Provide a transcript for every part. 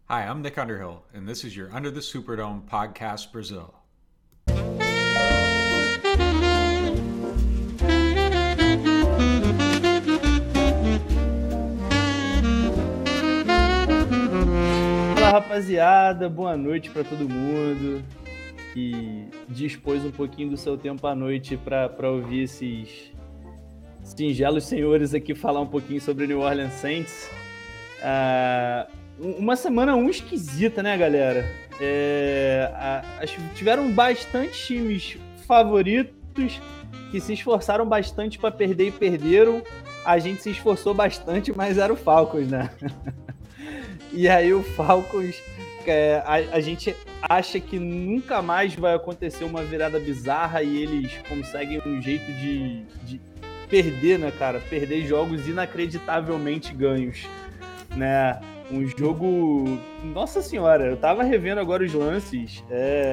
Hi, I'm Nick Underhill, and this is your Under the Superdome podcast Brazil. Fala rapaziada, boa noite pra todo mundo que dispôs um pouquinho do seu tempo à noite pra ouvir esses singelos senhores aqui falar um pouquinho sobre o New Orleans Saints. Uma semana esquisita, né, galera? Tiveram bastante times favoritos que se esforçaram bastante para perder e perderam. A gente se esforçou bastante, mas era o Falcons, né? E aí o Falcons, a gente acha que nunca mais vai acontecer uma virada bizarra e eles conseguem um jeito de perder, né, cara? Perder jogos inacreditavelmente ganhos, né? Um jogo... Nossa senhora, eu tava revendo agora os lances.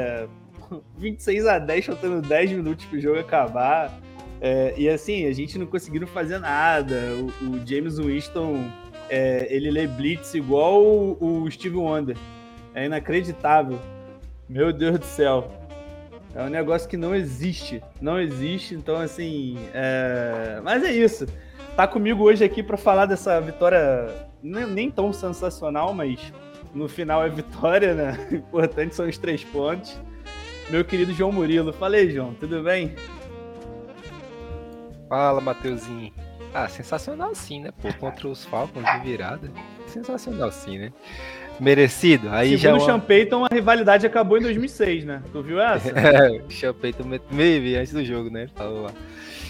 26-10, faltando 10 minutos pro jogo acabar. E assim, a gente não conseguiu fazer nada. O James Winston, ele lê blitz igual o Steve Wonder. É inacreditável. Meu Deus do céu. É um negócio que não existe. Não existe, então assim... Mas é isso. Tá comigo hoje aqui para falar dessa vitória nem tão sensacional, mas no final é vitória, né? O importante são os 3 pontos. Meu querido João Murilo. Fala aí, João, tudo bem? Fala, Mateuzinho. Sensacional sim, né? Pô, contra os Falcons de virada. Sensacional sim, né? Merecido. Aí segundo o Sean Payton, a rivalidade acabou em 2006, né? Tu viu essa? O Sean Payton meio antes do jogo, né? Ele falou lá.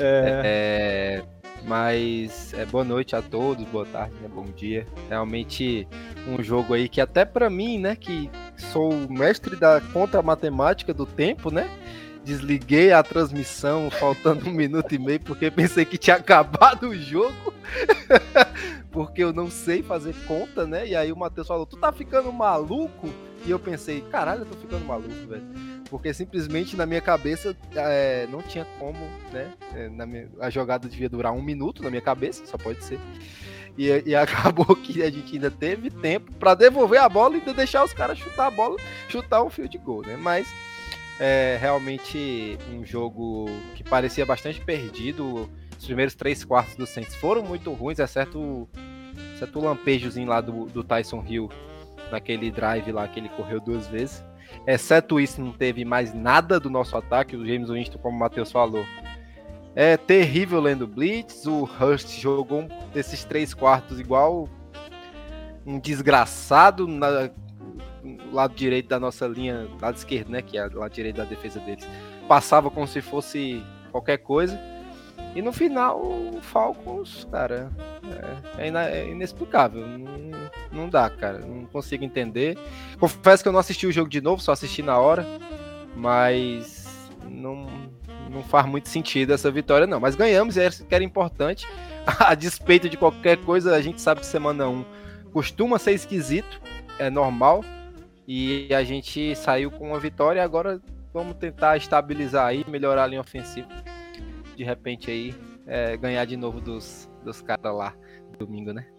Mas boa noite a todos, boa tarde, né? Bom dia. Realmente um jogo aí que até pra mim, né? Que sou o mestre da conta matemática do tempo, né? Desliguei a transmissão faltando 1 minuto e meio porque pensei que tinha acabado o jogo. Porque eu não sei fazer conta, né? E aí o Matheus falou, tu tá ficando maluco? E eu pensei, caralho, eu tô ficando maluco, velho. Porque simplesmente na minha cabeça não tinha como, né? A jogada devia durar 1 minuto na minha cabeça, só pode ser. E acabou que a gente ainda teve tempo pra devolver a bola e ainda deixar os caras chutar a bola, chutar um field goal, né? Mas realmente um jogo que parecia bastante perdido. Os primeiros 3 quartos do Saints foram muito ruins, exceto o lampejozinho lá do Tyson Hill naquele drive lá que ele correu 2 vezes. Exceto isso, não teve mais nada do nosso ataque. O James Winston, como o Matheus falou, é terrível lendo blitz. O Hurst jogou esses 3 quartos igual um desgraçado no lado direito da nossa linha, lado esquerdo, né, que é o lado direito da defesa deles. Passava como se fosse qualquer coisa. E no final, o Falcons, cara, é inexplicável. Não dá, cara. Não consigo entender. Confesso que eu não assisti o jogo de novo, só assisti na hora. Mas não faz muito sentido essa vitória, não. Mas ganhamos, e isso que era importante. A despeito de qualquer coisa, a gente sabe que semana 1 costuma ser esquisito, é normal. E a gente saiu com uma vitória e agora vamos tentar estabilizar aí, melhorar a linha ofensiva. De repente aí, ganhar de novo dos caras lá domingo, né?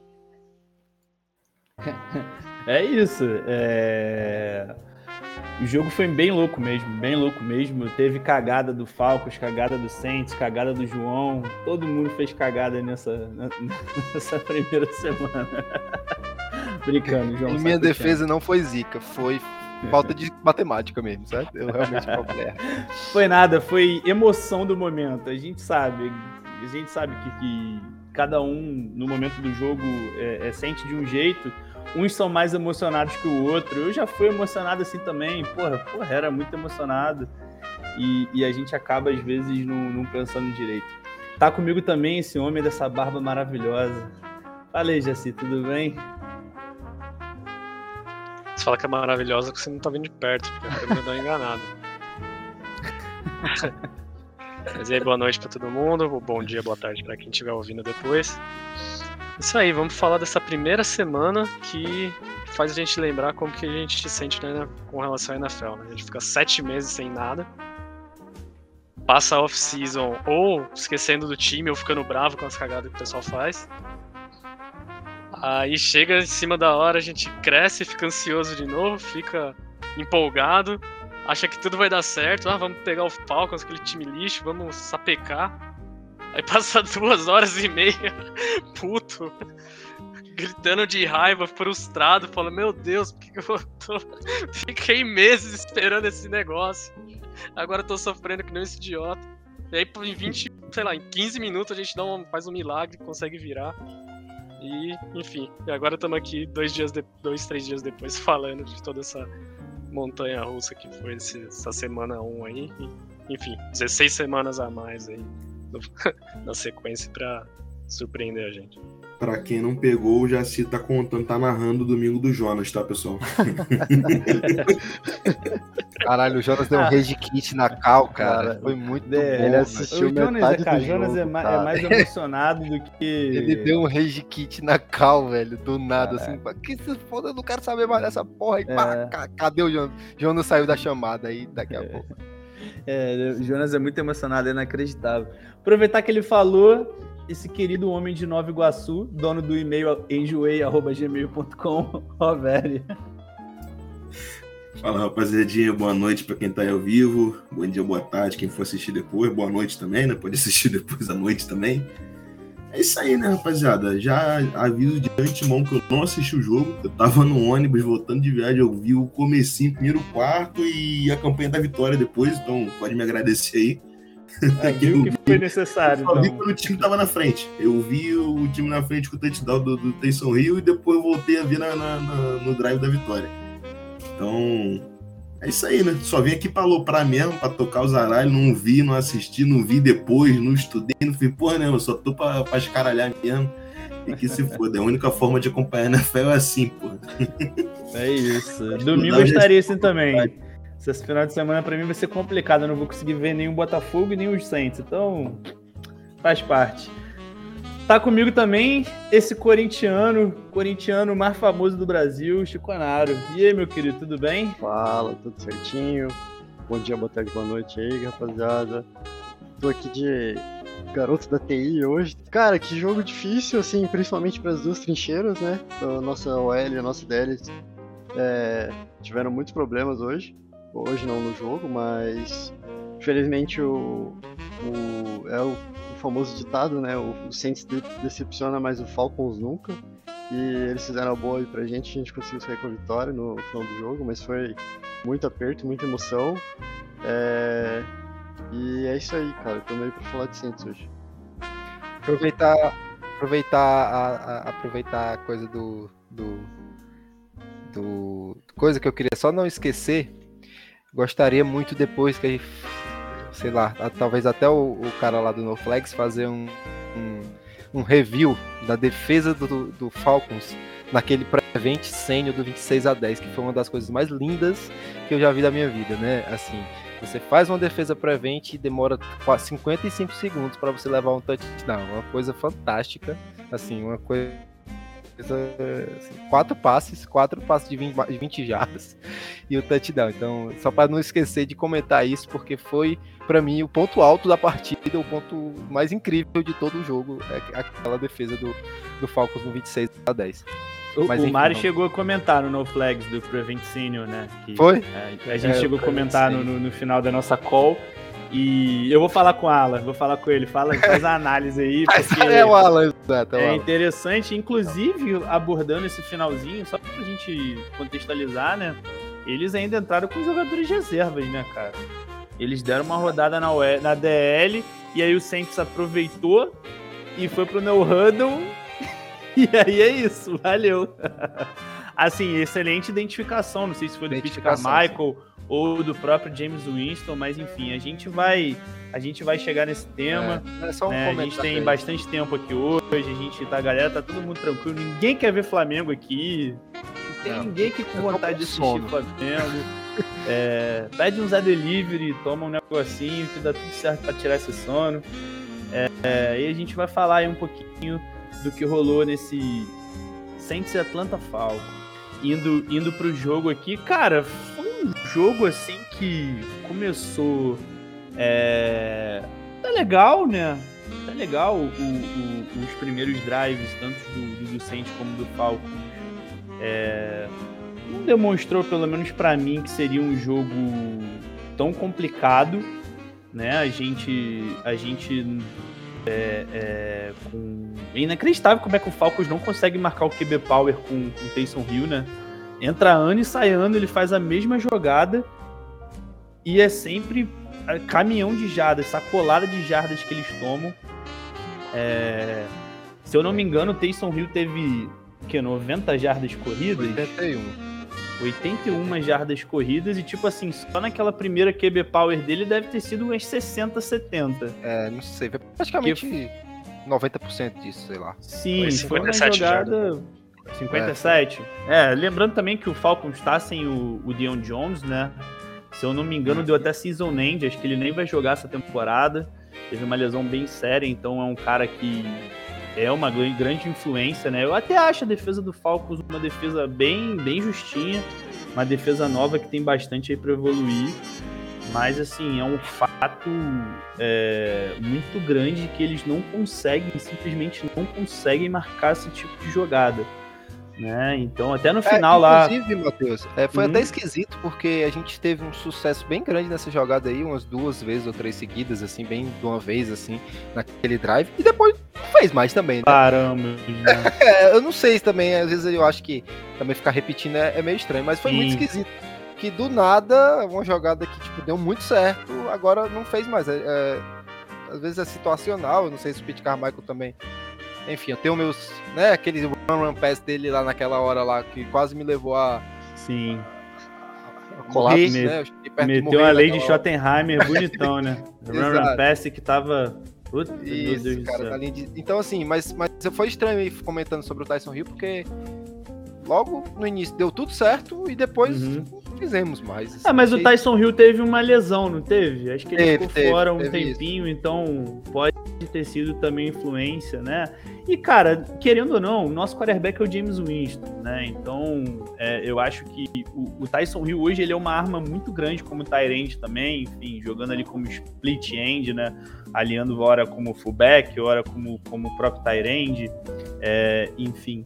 É isso. O jogo foi bem louco mesmo. Teve cagada do Falcons, cagada do Saints, cagada do João. Todo mundo fez cagada nessa primeira semana. Brincando, João. Em minha defesa não foi zica, foi falta de matemática mesmo, certo? Eu realmente falei. Foi nada, foi emoção do momento. A gente sabe que cada um no momento do jogo sente de um jeito. Uns são mais emocionados que o outro. Eu já fui emocionado assim também. Porra, era muito emocionado. E a gente acaba às vezes não pensando direito. Tá comigo também esse homem dessa barba maravilhosa. Fala aí, Jaci, tudo bem? Você fala que é maravilhosa porque você não tá vindo de perto, porque eu me dou enganado. Mas aí, boa noite pra todo mundo, bom dia, boa tarde pra quem estiver ouvindo depois. Isso aí, vamos falar dessa primeira semana que faz a gente lembrar como que a gente se sente, né, com relação à NFL, né? A gente fica 7 meses sem nada, passa a off-season ou esquecendo do time ou ficando bravo com as cagadas que o pessoal faz. Aí chega em cima da hora, a gente cresce, fica ansioso de novo, fica empolgado, acha que tudo vai dar certo. Vamos pegar o Falcons, aquele time lixo, vamos sapecar. Aí passa 2h30, puto, gritando de raiva, frustrado, falando, meu Deus, por que eu tô... Fiquei meses esperando esse negócio. Agora eu tô sofrendo que nem esse idiota. E aí em 15 minutos a gente faz um milagre, consegue virar. E, enfim, e agora estamos aqui 3 dias depois falando de toda essa montanha russa que foi essa semana 1 aí. E, enfim, 16 semanas a mais aí na sequência pra surpreender a gente. Pra quem não pegou, o Jaci tá contando, tá narrando o domingo do Jonas, tá, pessoal? Caralho, o Jonas deu um rage kit na cal, cara. Foi muito bom. Ele assistiu metade do jogo, Jonas é mais emocionado do que... Ele deu um rage kit na cal, velho, do nada, assim. Que se foda, eu não quero saber mais dessa porra aí. Cadê o Jonas? O Jonas saiu da chamada aí daqui a pouco. O Jonas é muito emocionado, é inacreditável. Aproveitar que ele falou... Esse querido homem de Nova Iguaçu, dono do e-mail enjoei@gmail.com, Rovério. Fala, rapaziadinha, boa noite pra quem tá aí ao vivo, bom dia, boa tarde, quem for assistir depois, boa noite também, né, pode assistir depois à noite também. É isso aí, né, rapaziada, já aviso de antemão que eu não assisti o jogo, eu tava no ônibus voltando de viagem, eu vi o comecinho, primeiro quarto e a campanha da vitória depois, então pode me agradecer aí. Viu que foi necessário. Eu vi quando o time tava na frente. Eu vi o time na frente com o touchdown do Taysom Hill e depois eu voltei a ver no drive da vitória. Então, é isso aí, né? Só vim aqui pra aloprar mesmo, pra tocar os aralhos. Não vi, não assisti, não vi depois, não estudei, não fiz porra nenhuma. Só tô pra escaralhar mesmo. E que se foda. A única forma de acompanhar a NFL é assim, porra. É isso. Domingo eu estaria assim também. Esse final de semana pra mim vai ser complicado, eu não vou conseguir ver nem o Botafogo e nem os Saints, então faz parte. Tá comigo também esse corintiano mais famoso do Brasil, Chiconaro. E aí, meu querido, tudo bem? Fala, tudo certinho. Bom dia, boa tarde, boa noite aí, rapaziada. Tô aqui de garoto da TI hoje. Cara, que jogo difícil, assim, principalmente para as duas trincheiras, né? A nossa OL e a nossa DL tiveram muitos problemas hoje. Hoje não no jogo, mas infelizmente é o famoso ditado, né? O Saints decepciona, mas o Falcons nunca. E eles fizeram a boa aí pra gente, a gente conseguiu sair com a vitória no final do jogo, mas foi muito aperto, muita emoção. E é isso aí, cara. Eu tô meio pra falar de Saints hoje. Aproveitar a coisa do coisa que eu queria só não esquecer. Gostaria muito depois que a gente, sei lá, talvez até o cara lá do NoFlags fazer um review da defesa do Falcons naquele prevent sênior do 26-10, que foi uma das coisas mais lindas que eu já vi da minha vida, né? Assim, você faz uma defesa prevent e demora 55 segundos para você levar um touchdown, uma coisa fantástica, assim, uma coisa... Assim, 4 passes de 20 jardas e o touchdown. Então, só para não esquecer de comentar isso, porque foi, para mim, o ponto alto da partida, o ponto mais incrível de todo o jogo, aquela defesa do Falcons no 26-10. Mas, o Mário chegou a comentar no No Flags do Prevent Senior, né? Foi? A gente chegou a comentar no final da nossa call. E eu vou falar com o Alan, vou falar com ele, faz a análise aí, porque o Alan, é interessante, inclusive abordando esse finalzinho, só pra gente contextualizar, né? Eles ainda entraram com jogadores de reservas, né, cara? Eles deram uma rodada na DL, e aí o Saints aproveitou e foi pro no huddle, e aí é isso, valeu. Assim, excelente identificação, não sei se foi do Pete Carmichael ou do próprio James Winston, mas enfim, a gente vai chegar nesse tema. É só um né? A gente tem bastante tempo aqui hoje, a galera tá todo mundo tranquilo, ninguém quer ver Flamengo aqui, não tem ninguém aqui com vontade de assistir Flamengo. Pede um Zé Delivery, toma um negocinho que dá tudo certo pra tirar esse sono. E a gente vai falar aí um pouquinho do que rolou nesse Saints e Atlanta Falcons. Indo pro jogo aqui, cara, foi um jogo assim que começou tá legal, né? tá legal os primeiros drives, tanto do Saints como do Falcons. Não demonstrou, pelo menos pra mim, que seria um jogo tão complicado, né? A gente é inacreditável como é que o Falcons não consegue marcar o QB Power com o Taysom Hill, né? Entra ano e sai ano, ele faz a mesma jogada e é sempre caminhão de jardas, sacolada de jardas que eles tomam. Se eu não me engano, o Taysom Hill teve 90 jardas corridas? 81 jardas corridas e, tipo assim, só naquela primeira QB Power dele deve ter sido umas 60, 70. Não sei, praticamente 90% disso, sei lá. Sim, foi uma jogada... 57? Lembrando também que o Falcons está sem o Deion Jones, né? Se eu não me engano, deu até season end, acho que ele nem vai jogar essa temporada. Teve uma lesão bem séria, então é um cara que é uma grande influência, né? Eu até acho a defesa do Falcons uma defesa bem justinha, uma defesa nova que tem bastante aí para evoluir, mas assim, é um fato muito grande que eles simplesmente não conseguem marcar esse tipo de jogada, né? Então até no final inclusive, Matheus, foi até esquisito, porque a gente teve um sucesso bem grande nessa jogada aí, umas 2 vezes ou 3 seguidas, assim, bem de uma vez, assim, naquele drive, e depois não fez mais também, né? Paramos. Eu não sei também, às vezes eu acho que também ficar repetindo é meio estranho, mas foi muito esquisito. Que do nada, uma jogada que tipo, deu muito certo, agora não fez mais. Às vezes é situacional, eu não sei se o Pete Carmichael também. Enfim, eu tenho meus, né, aquele run pass dele lá naquela hora lá, que quase me levou a... Sim. Colapso, né? Meteu uma lei de Schottenheimer bonitão, né? Run pass que tava... Puta, isso, meu Deus, cara, então assim, mas foi estranho aí comentando sobre o Taysom Hill, porque logo no início deu tudo certo e depois não fizemos mais. Assim, mas o Taysom Hill teve uma lesão, não teve? Acho que ele ficou fora um tempinho, isso. Então pode ter sido também influência, né? E, cara, querendo ou não, o nosso quarterback é o James Winston, né? Então, eu acho que o Taysom Hill hoje ele é uma arma muito grande como tight end também, enfim, jogando ali como split end, né? Aliando hora como fullback, hora como próprio tight end, enfim.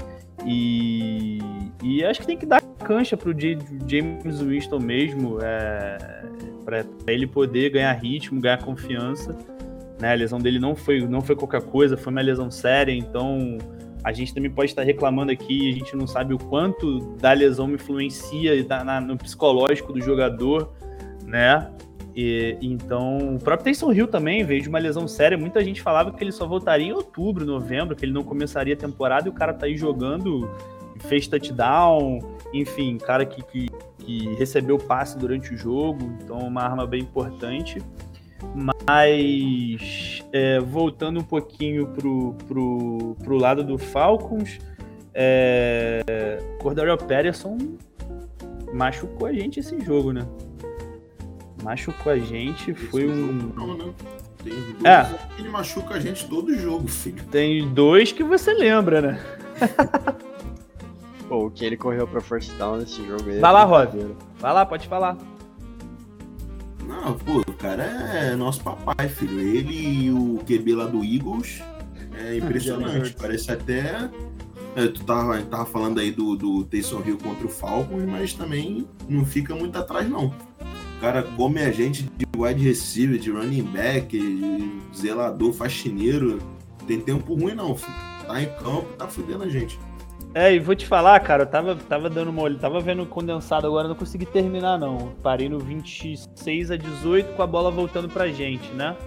E acho que tem que dar cancha pro James Winston mesmo, para ele poder ganhar ritmo, ganhar confiança, né? A lesão dele não foi qualquer coisa, foi uma lesão séria, então a gente também pode estar reclamando aqui, a gente não sabe o quanto da lesão influencia no psicológico do jogador, né? Então, o próprio Taysom Hill também veio de uma lesão séria. Muita gente falava que ele só voltaria em outubro, novembro, que ele não começaria a temporada, e o cara tá aí jogando, fez touchdown, enfim, cara que recebeu passe durante o jogo, então uma arma bem importante. Mas voltando um pouquinho pro lado do Falcons, Cordarrelle Patterson machucou a gente esse jogo, né? Machucou a gente, foi um... Não, né? Tem dois que ele machuca a gente todo jogo, filho. Tem 2 que você lembra, né? Pô, o que ele correu pra first down nesse jogo aí. Vai lá, Rob. Vai lá, pode falar. Não, pô, o cara é nosso papai, filho. Ele e o QB lá do Eagles é impressionante. Parece até... Tu tava falando aí do Taysom Hill contra o Falcons, mas também não fica muito atrás, não. O cara come a gente de wide receiver, de running back, de zelador, faxineiro. Tem tempo ruim não, filho. Tá em campo, tá fudendo a gente. E vou te falar, cara, eu tava dando uma olhada, tava vendo condensado agora, não consegui terminar não. Parei no 26-18 com a bola voltando pra gente, né?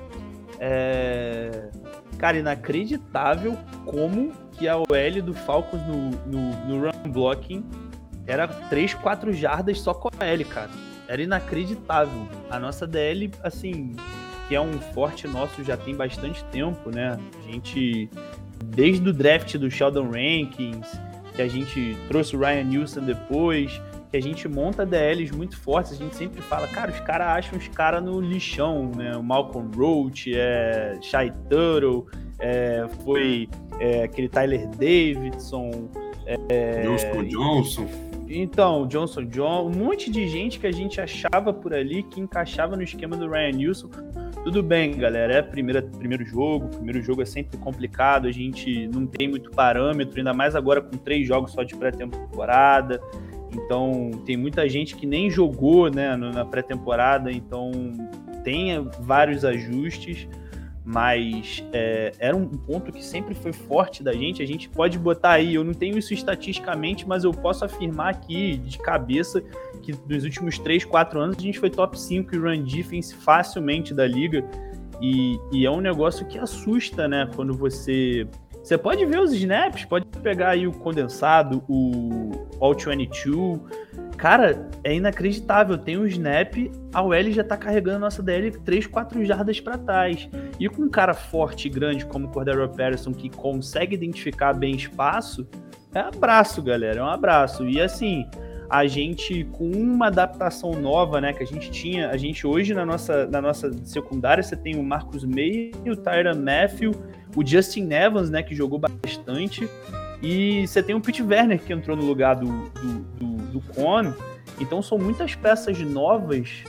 Cara, inacreditável como que a OL do Falcons no run blocking era 3-4 jardas só com a OL, cara. Era inacreditável. A nossa DL, assim, que é um forte nosso já tem bastante tempo, né? A gente, desde o draft do Sheldon Rankins, que a gente trouxe o Ryan Nielsen depois, que a gente monta DLs muito fortes, a gente sempre fala, cara, os caras acham os caras no lixão, né? O Malcolm Roach, Shai Tuttle, foi aquele Tyler Davidson, Johnson. Então, Johnson, um monte de gente que a gente achava por ali que encaixava no esquema do Ryan Nielsen. tudo bem, galera, é primeiro jogo é sempre complicado, a gente não tem muito parâmetro, ainda mais agora com 3 jogos só de pré-temporada, então tem muita gente que nem jogou, né, na pré-temporada, então tem vários ajustes, mas era um ponto que sempre foi forte da gente. A gente pode botar aí, eu não tenho isso estatisticamente, mas eu posso afirmar aqui de cabeça que nos últimos 3, 4 anos a gente foi top 5 em run defense facilmente da liga, e é um negócio que assusta, né, quando você pode ver os snaps, pode pegar aí o condensado, o All-22, cara, é inacreditável, tem um snap, a OL já tá carregando a nossa DL 3, 4 jardas para trás, e com um cara forte e grande como o Cordarrelle Patterson, que consegue identificar bem espaço, é um abraço, galera, é um abraço. E assim, a gente com uma adaptação nova, né, que a gente hoje na nossa secundária, você tem o Marcus May, o Tyrann Mathieu, o Justin Evans, né, que jogou bastante, e você tem o Pete Werner, que entrou no lugar do Kono. Então são muitas peças novas,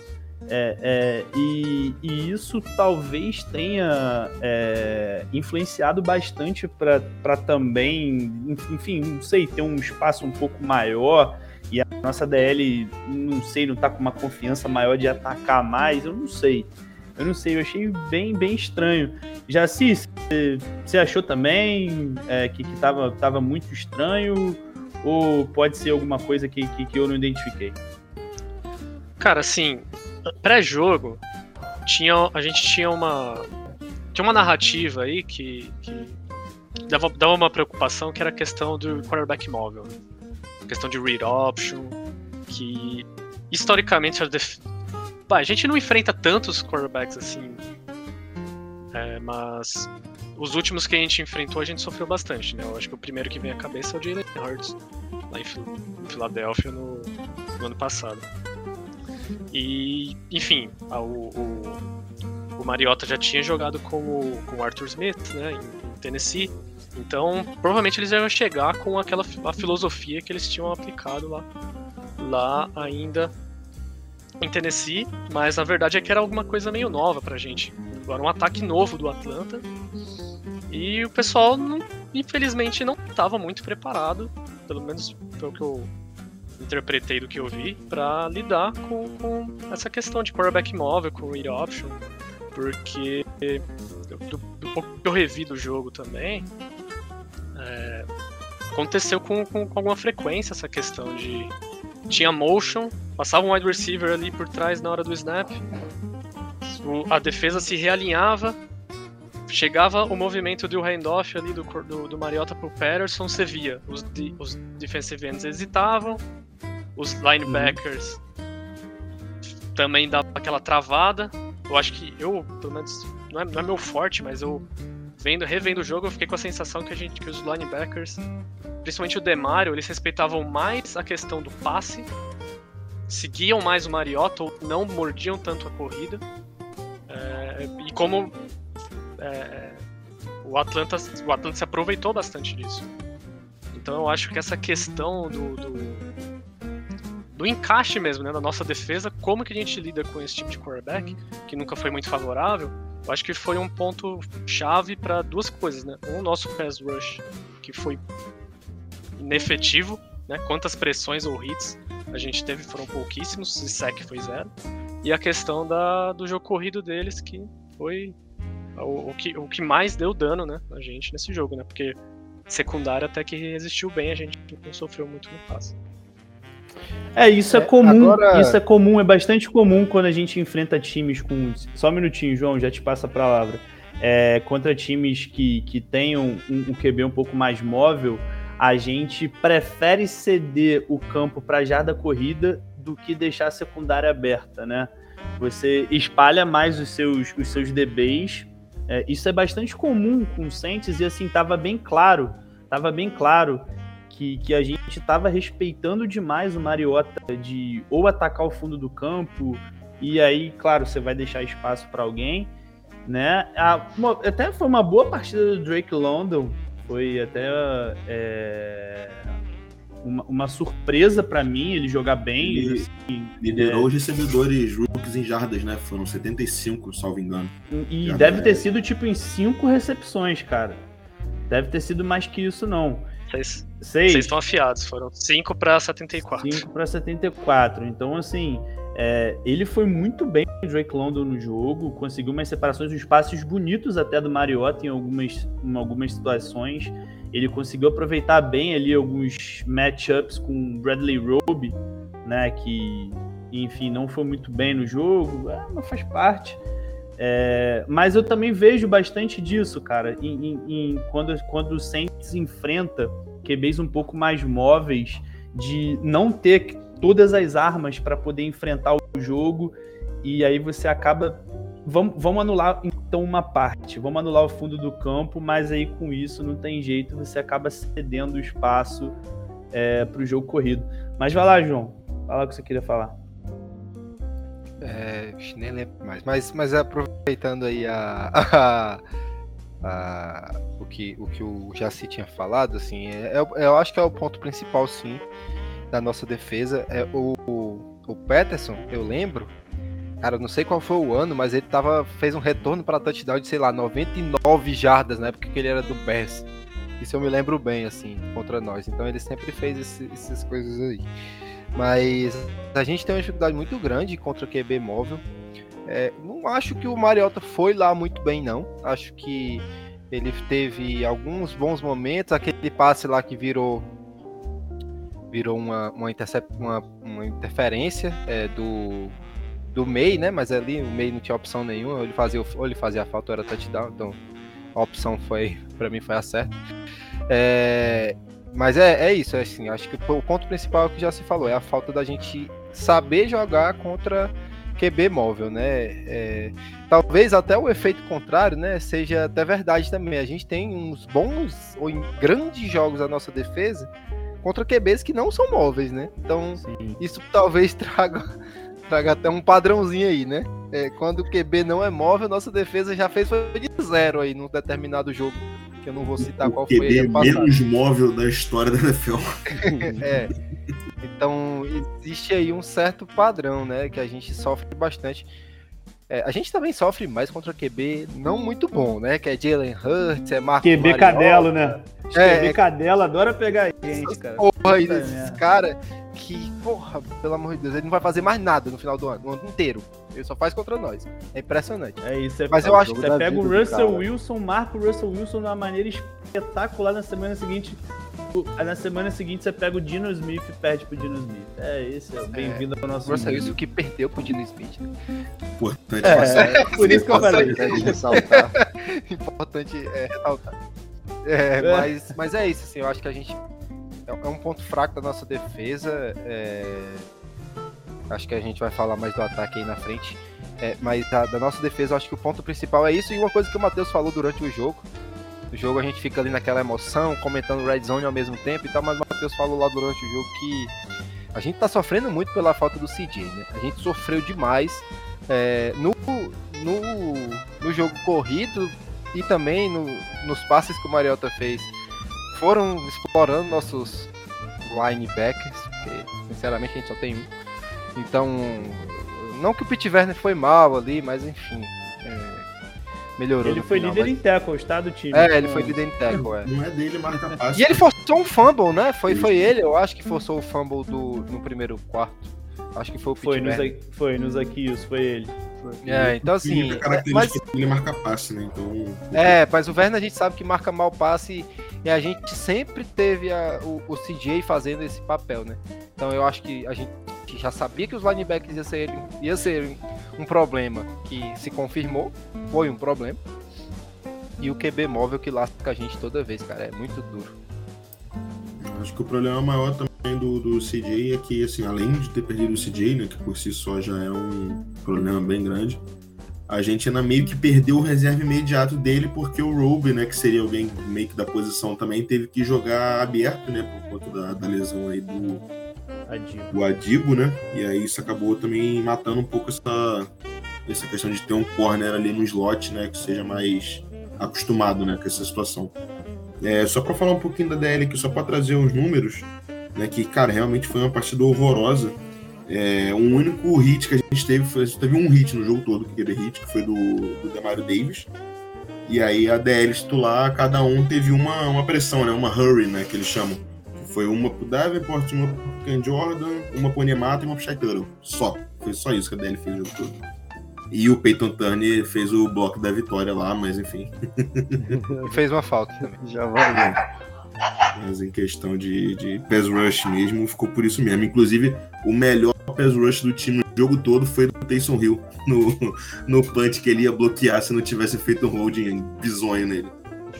e isso talvez tenha influenciado bastante para também, enfim, não sei, ter um espaço um pouco maior, e a nossa DL, não sei, não tá com uma confiança maior de atacar mais, eu não sei, eu achei bem estranho. Jaci, você achou também que tava muito estranho, ou pode ser alguma coisa que eu não identifiquei? Cara, assim, pré-jogo, a gente tinha uma narrativa aí que dava uma preocupação, que era a questão do quarterback móvel, a questão de read option, que historicamente a gente não enfrenta tantos quarterbacks assim, mas os últimos que a gente enfrentou a gente sofreu bastante, né? Eu acho que o primeiro que vem à cabeça é o Jalen Hurts, lá em Filadélfia no ano passado. E, enfim, o Mariota já tinha jogado com o Arthur Smith, né, em Tennessee, então provavelmente eles iam chegar com a filosofia que eles tinham aplicado lá ainda em Tennessee, mas na verdade é que era alguma coisa meio nova pra gente. Era um ataque novo do Atlanta, e o pessoal, infelizmente, não estava muito preparado, pelo menos pelo que eu interpretei do que eu vi, para lidar com essa questão de quarterback móvel, com read option, porque do pouco que eu revi do jogo também, aconteceu com alguma frequência essa questão de tinha motion, passava um wide receiver ali por trás na hora do snap, a defesa se realinhava, chegava o movimento do handoff ali do Mariota pro Patterson, você via os defensive ends hesitavam, os linebackers também davam aquela travada. Eu acho que pelo menos, não é meu forte, mas eu revendo o jogo, eu fiquei com a sensação que os linebackers, principalmente o Demario, eles respeitavam mais a questão do passe, seguiam mais o Mariota, ou não mordiam tanto a corrida. E como o Atlanta se aproveitou bastante disso. Então eu acho que essa questão do encaixe mesmo, né, da nossa defesa, como que a gente lida com esse tipo de quarterback, que nunca foi muito favorável, eu acho que foi um ponto chave para duas coisas, né? O nosso pass rush, que foi inefetivo, né? Quantas pressões ou hits a gente teve, foram pouquíssimos, e sack foi 0. E a questão do jogo corrido deles, que foi o que mais deu dano, né, a gente nesse jogo, né? Porque secundária até que resistiu bem, a gente não sofreu muito no passe. Isso é comum, agora... é bastante comum quando a gente enfrenta times com... Só um minutinho, João, já te passo a palavra. Contra times que tenham um QB um pouco mais móvel, a gente prefere ceder o campo para jarda corrida do que deixar a secundária aberta, né? Você espalha mais os seus DBs. Isso é bastante comum com o Saints, e assim, tava bem claro que a gente estava respeitando demais o Mariota de ou atacar o fundo do campo, e aí, claro, você vai deixar espaço para alguém, né? Até foi uma boa partida do Drake London, foi até uma surpresa para mim ele jogar bem. Ele assim, liderou os recebedores rookies em jardas, né? Foram 75, salvo engano. E Já deve ter é. sido tipo em 5 recepções, cara. Deve ter sido mais que isso, não. Vocês 6. estão afiados, foram 5 para 74. 5 para 74. Então, assim, ele foi muito bem, o Drake London, no jogo. Conseguiu umas separações, uns passes bonitos até do Mariota em algumas situações. Ele conseguiu aproveitar bem ali alguns matchups com o Bradley Roby, né? Que, enfim, não foi muito bem no jogo. Mas faz parte. Mas eu também vejo bastante disso, cara, quando o Saints enfrenta QBs um pouco mais móveis, de não ter todas as armas para poder enfrentar o jogo, e aí você acaba... Vamos anular então uma parte, vamos anular o fundo do campo, mas aí com isso não tem jeito, você acaba cedendo o espaço para o jogo corrido. Mas vai lá, João, fala o que você queria falar. Nem lembro mais, mas aproveitando aí o que o Jaci tinha falado, assim, eu acho que é o ponto principal, sim, da nossa defesa. O Peterson, eu lembro, cara, eu não sei qual foi o ano, mas ele fez um retorno para touchdown de, sei lá, 99 jardas na época que ele era do Bears. Isso eu me lembro bem, assim, contra nós. Então ele sempre fez essas coisas aí. Mas a gente tem uma dificuldade muito grande contra QB móvel. Não acho que o Mariota foi lá muito bem, não. Acho que ele teve alguns bons momentos. Aquele passe lá que virou uma interferência do May, né? Mas ali o May não tinha opção nenhuma. Ou ele fazia a falta ou era touchdown. Então a opção para mim foi a certa. Mas é isso, assim, acho que o ponto principal é o que já se falou, é a falta da gente saber jogar contra QB móvel, né? Talvez até o efeito contrário, né, seja até verdade também. A gente tem uns bons ou grandes jogos da nossa defesa contra QBs que não são móveis, né? Então, sim, isso talvez traga até um padrãozinho aí, né? Quando o QB não é móvel, nossa defesa já foi de 0 aí num determinado jogo, que eu não vou citar qual foi ele passado. O menos móvel da história da NFL. Então, existe aí um certo padrão, né, que a gente sofre bastante. A gente também sofre mais contra QB não muito bom, né, que é Jalen Hurts, Marcos QB Mariota. Cadelo, né? QB Cadelo adora pegar a gente, cara. Porra, esse cara que, porra, pelo amor de Deus, ele não vai fazer mais nada no final do ano, no ano inteiro. Ele só faz contra nós. É impressionante. É isso. Mas eu acho que você pega o Russell Wilson, marca o Russell Wilson de uma maneira espetacular. Na semana seguinte você pega o Dino Smith e perde pro Dino Smith. Esse é bem-vindo ao nosso Russell Wilson que perdeu pro Dino Smith. Importante por isso que eu falei. Ressaltar. Importante ressaltar. Mas é isso, assim, eu acho que a gente é um ponto fraco da nossa defesa. Acho que a gente vai falar mais do ataque aí na frente. Mas da nossa defesa, eu acho que o ponto principal é isso. E uma coisa que o Matheus falou durante o jogo. No jogo a gente fica ali naquela emoção, comentando Red Zone ao mesmo tempo e tal. Mas o Matheus falou lá durante o jogo que a gente tá sofrendo muito pela falta do CJ, né? A gente sofreu demais no jogo corrido e também nos passes que o Mariota fez. Foram explorando nossos linebackers, porque sinceramente a gente só tem um. Então, não que o Pete Werner foi mal ali, mas enfim, melhorou. Ele foi líder em tackles, tá, do time. Ele foi líder em tackle, Não é dele, marca passe. E ele forçou um fumble, né? Foi ele, eu acho que forçou o fumble no primeiro quarto. Acho que foi o Pete Werner. Foi nos Aquios, foi ele. Então assim... A característica dele marca passe, né? Então... mas o Werner a gente sabe que marca mal passe e a gente sempre teve o CJ fazendo esse papel, né? Então eu acho que a gente já sabia que os linebackers ia ser um problema que se confirmou, foi um problema. E o QB móvel que lasca a gente toda vez, cara, é muito duro. Acho que o problema maior também do CJ é que, assim, além de ter perdido o CJ, né, que por si só já é um problema bem grande, a gente ainda meio que perdeu o reserva imediato dele, porque o Roby, né, que seria alguém meio que da posição também, teve que jogar aberto, né, por conta da lesão aí do Adibo, né, e aí isso acabou também matando um pouco essa questão de ter um corner ali no slot, né, que seja mais acostumado, né, com essa situação. Só para falar um pouquinho da DL aqui, só para trazer os números, né, que, cara, realmente foi uma partida horrorosa. Um único hit que a gente teve um hit no jogo todo, aquele hit, que foi do Demario Davis. E aí a DL titular, cada um teve uma pressão, né, uma hurry, né, que eles chamam. Foi uma pro Davenport, uma pro Ken Jordan, uma pro Nemato e uma pro Shai Tuttle. Foi só isso que a DL fez o jogo todo. E o Peyton Turner fez o bloco da vitória lá, mas enfim. E fez uma falta também. Já valeu. Mas em questão de pass rush mesmo, ficou por isso mesmo. Inclusive, o melhor pass rush do time no jogo todo foi do Taysom Hill, no punch que ele ia bloquear se não tivesse feito um holding bizonho nele.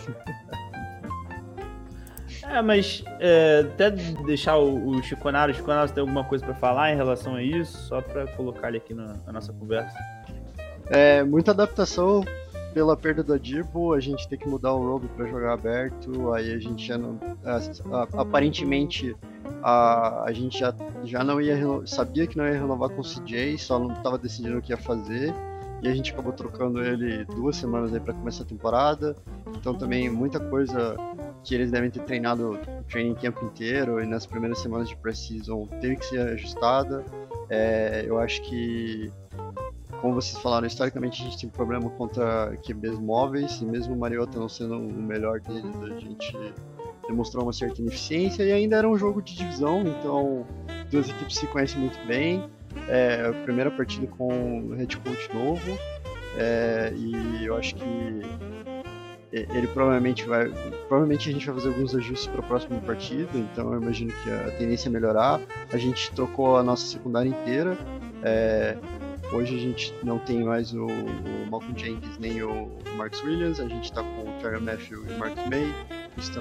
Mas até deixar o Chiconaro tem alguma coisa para falar em relação a isso, só para colocar ele aqui na nossa conversa. Muita adaptação pela perda do Adibo, a gente tem que mudar o Robo para jogar aberto, aí a gente já não... aparentemente a gente já não ia sabia que não ia renovar com o CJ, só não estava decidindo o que ia fazer, e a gente acabou trocando ele 2 semanas aí para começar a temporada, então também muita coisa que eles devem ter treinado o training camp inteiro e nas primeiras semanas de pre-season teve que ser ajustada. Eu acho que, como vocês falaram, historicamente a gente tem um problema contra QBs móveis, e mesmo o Mariota não sendo o melhor deles, a gente demonstrou uma certa ineficiência, e ainda era um jogo de divisão, então 2 equipes se conhecem muito bem. A primeira partida com o head coach novo, e eu acho que ele provavelmente a gente vai fazer alguns ajustes para a próxima partida, então eu imagino que a tendência é melhorar. A gente trocou a nossa secundária inteira, hoje a gente não tem mais o Malcolm Jenkins nem o Marcus Williams, a gente está com o Tyrann Mathieu e o Marcus May. Isso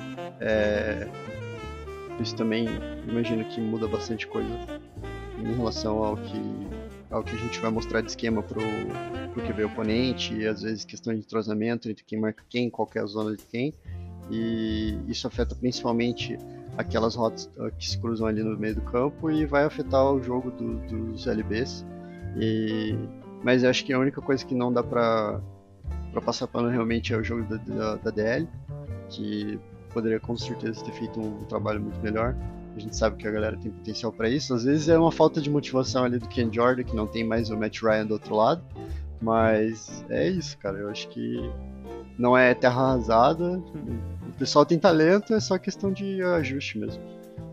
também imagino que muda bastante coisa em relação ao que a gente vai mostrar de esquema pro QB oponente, e às vezes questão de entrosamento entre quem marca quem, qual é a zona de quem, e isso afeta principalmente aquelas rotas que se cruzam ali no meio do campo, e vai afetar o jogo dos LBs. Mas eu acho que a única coisa que não dá pra passar pano realmente é o jogo da DL, que poderia com certeza ter feito um trabalho muito melhor. A gente sabe que a galera tem potencial para isso. Às vezes é uma falta de motivação ali do Ken Jordan, que não tem mais o Matt Ryan do outro lado. Mas é isso, cara. Eu acho que não é terra arrasada. O pessoal tem talento, é só questão de ajuste mesmo.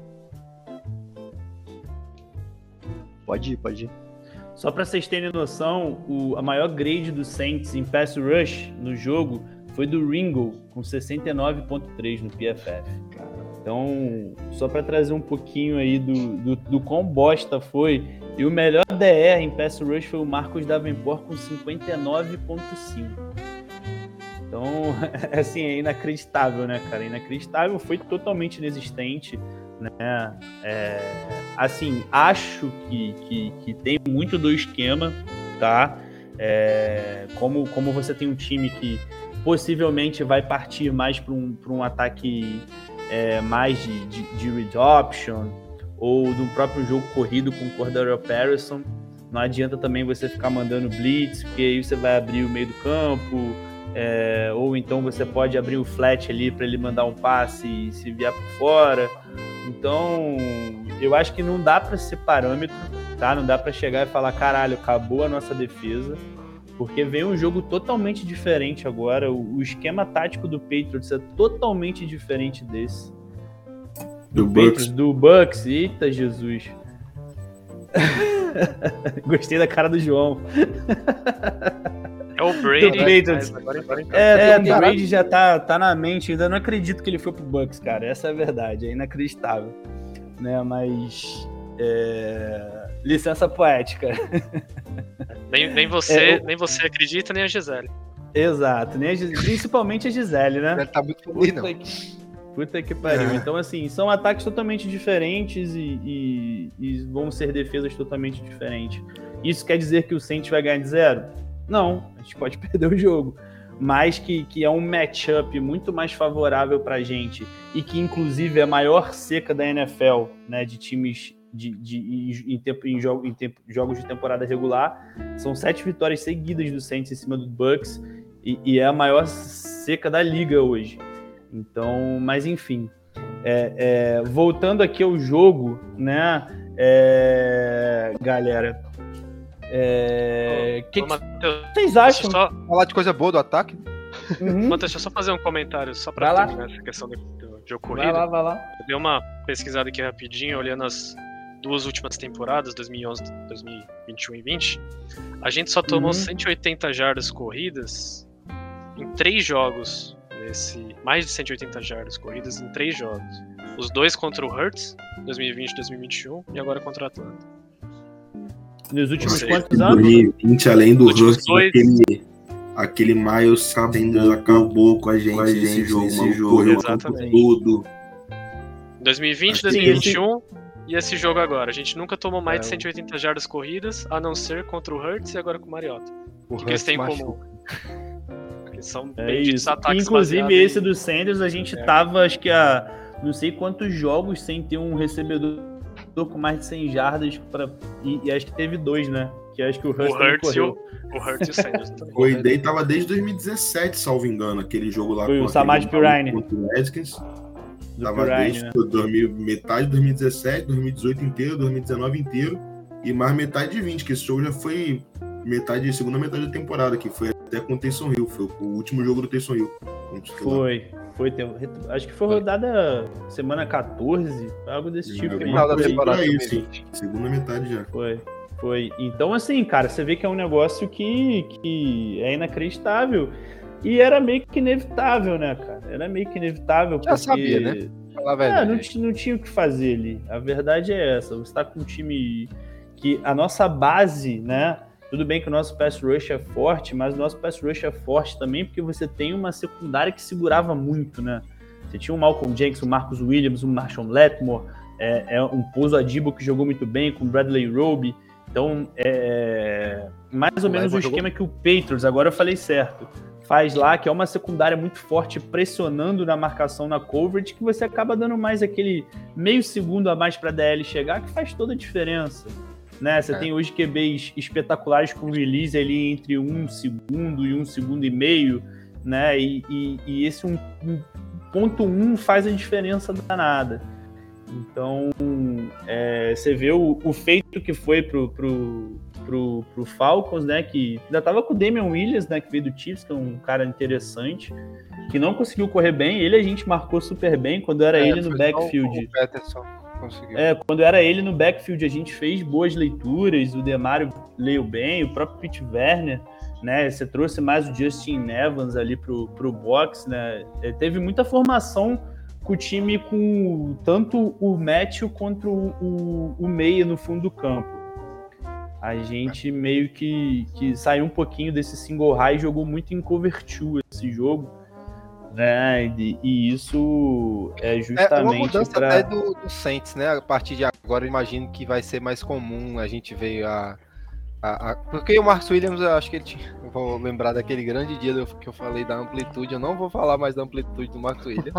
Pode ir. Só para vocês terem noção, a maior grade do Saints em pass rush no jogo foi do Ringo, com 69.3 no PFF. Então, só para trazer um pouquinho aí do quão bosta foi, e o melhor DR em pass rush foi o Marcus Davenport com 59.5. Então, assim, é inacreditável, né, cara? Inacreditável, foi totalmente inexistente, né? Assim, acho que tem muito do esquema, tá? Como você tem um time que possivelmente vai partir mais para um ataque mais de read option, ou do próprio jogo corrido com o Cordarrelle Patterson. Não adianta também você ficar mandando blitz, porque aí você vai abrir o meio do campo, ou então você pode abrir o flat ali para ele mandar um passe e se vier por fora. Então, eu acho que não dá para ser parâmetro, tá? Não dá para chegar e falar, caralho, acabou a nossa defesa, porque vem um jogo totalmente diferente agora. O esquema tático do Patriots é totalmente diferente desse. Do Bucks. Eita, Jesus. Gostei da cara do João. É o Brady. O Brady já tá na mente. Ainda não acredito que ele foi pro Bucks, cara. Essa é a verdade. É inacreditável. Né? Mas... licença poética. Nem você acredita, nem a Gisele. Exato, principalmente a Gisele, né? Ela tá muito feliz, Puta que pariu. Então, assim, são ataques totalmente diferentes e vão ser defesas totalmente diferentes. Isso quer dizer que o Saints vai ganhar de 0? Não, a gente pode perder o jogo. Mas que é um matchup muito mais favorável pra gente, e que, inclusive, é a maior seca da NFL, né, de times em jogos de temporada regular. São 7 vitórias seguidas do Saints em cima do Bucks, e é a maior seca da liga hoje. Então, mas enfim, Voltando aqui ao jogo, né, galera, que vocês acham? Falar de coisa boa do ataque? Matheus, deixa eu só fazer um comentário só pra terminar essa questão de ocorrida. Vai lá. Eu dei uma pesquisada aqui rapidinho, olhando as 2 últimas temporadas, 2011, 2021 e 20. A gente só tomou 180 jardas corridas em 3 jogos. Mais de 180 jardas corridas em 3 jogos. Os 2 contra o Hurts, 2020 e 2021, e agora contra o Atlanta. Nos últimos quantos anos? 2020, além do Hurts, aquele Miles Sanders acabou com a gente esse jogo. Correu tudo. 2020, 2021 e esse jogo agora. A gente nunca tomou mais de 180 jardas corridas, a não ser contra o Hurts e agora com o Mariota. O que eles têm em comum? Eles são benditos ataques. Inclusive esse do Sanders, a gente tava, acho que há não sei quantos jogos sem ter um recebedor com mais de 100 jardas e acho que teve 2, né? Que acho que o Hurts correu. O Hurts e o Sanders também. O Day tava desde 2017, salvo engano, aquele jogo lá. Foi o Samad Pirine. O Redskins. Tava desde metade de 2017, 2018 inteiro, 2019 inteiro e mais metade de 20, que esse jogo já foi segunda metade da temporada, que foi até com o Taysom Hill, foi o último jogo do Taysom Hill. Foi, acho que foi rodada semana 14, algo desse tipo. Final da temporada segunda metade já. Foi. Então, assim, cara, você vê que é um negócio que é inacreditável. E era meio que inevitável, né, cara? Era meio que inevitável. Já sabia, né? Não tinha o que fazer ali. A verdade é essa. Você tá com um time que a nossa base, né? Tudo bem que o nosso pass rush é forte, mas o nosso pass rush é forte também porque você tem uma secundária que segurava muito, né? Você tinha o Malcolm Jenkins, o Marcus Williams, o Marshawn Lattimore, um Pouso Adibo que jogou muito bem, com o Bradley Roby. Então, mais ou menos o esquema que o Patriots, agora eu falei certo, faz lá, que é uma secundária muito forte, pressionando na marcação na coverage, que você acaba dando mais aquele meio segundo a mais para a DL chegar, que faz toda a diferença. Né? Você tem hoje QBs espetaculares com release ali entre 1 segundo e 1 segundo e meio, né? E esse 1.1 faz a diferença danada. Então, você vê o feito que foi pro Falcons, né? Que ainda tava com o Damian Williams, né? Que veio do Chiefs, que é um cara interessante, que não conseguiu correr bem. Ele a gente marcou super bem quando era ele no backfield. O Peterson conseguiu. Quando era ele no backfield, a gente fez boas leituras. O Demario leu bem, o próprio Pete Werner, né? Você trouxe mais o Justin Evans ali pro box, né? Teve muita formação com o time, com tanto o Matthew quanto o meia no fundo do campo. A gente meio que saiu um pouquinho desse single high e jogou muito em cover 2 esse jogo, né? E isso é justamente uma mudança até do Saints, né? A partir de agora eu imagino que vai ser mais comum a gente ver porque o Marcus Williams, eu acho que ele tinha... Eu vou lembrar daquele grande dia que eu falei da amplitude. Eu não vou falar mais da amplitude do Marcus Williams.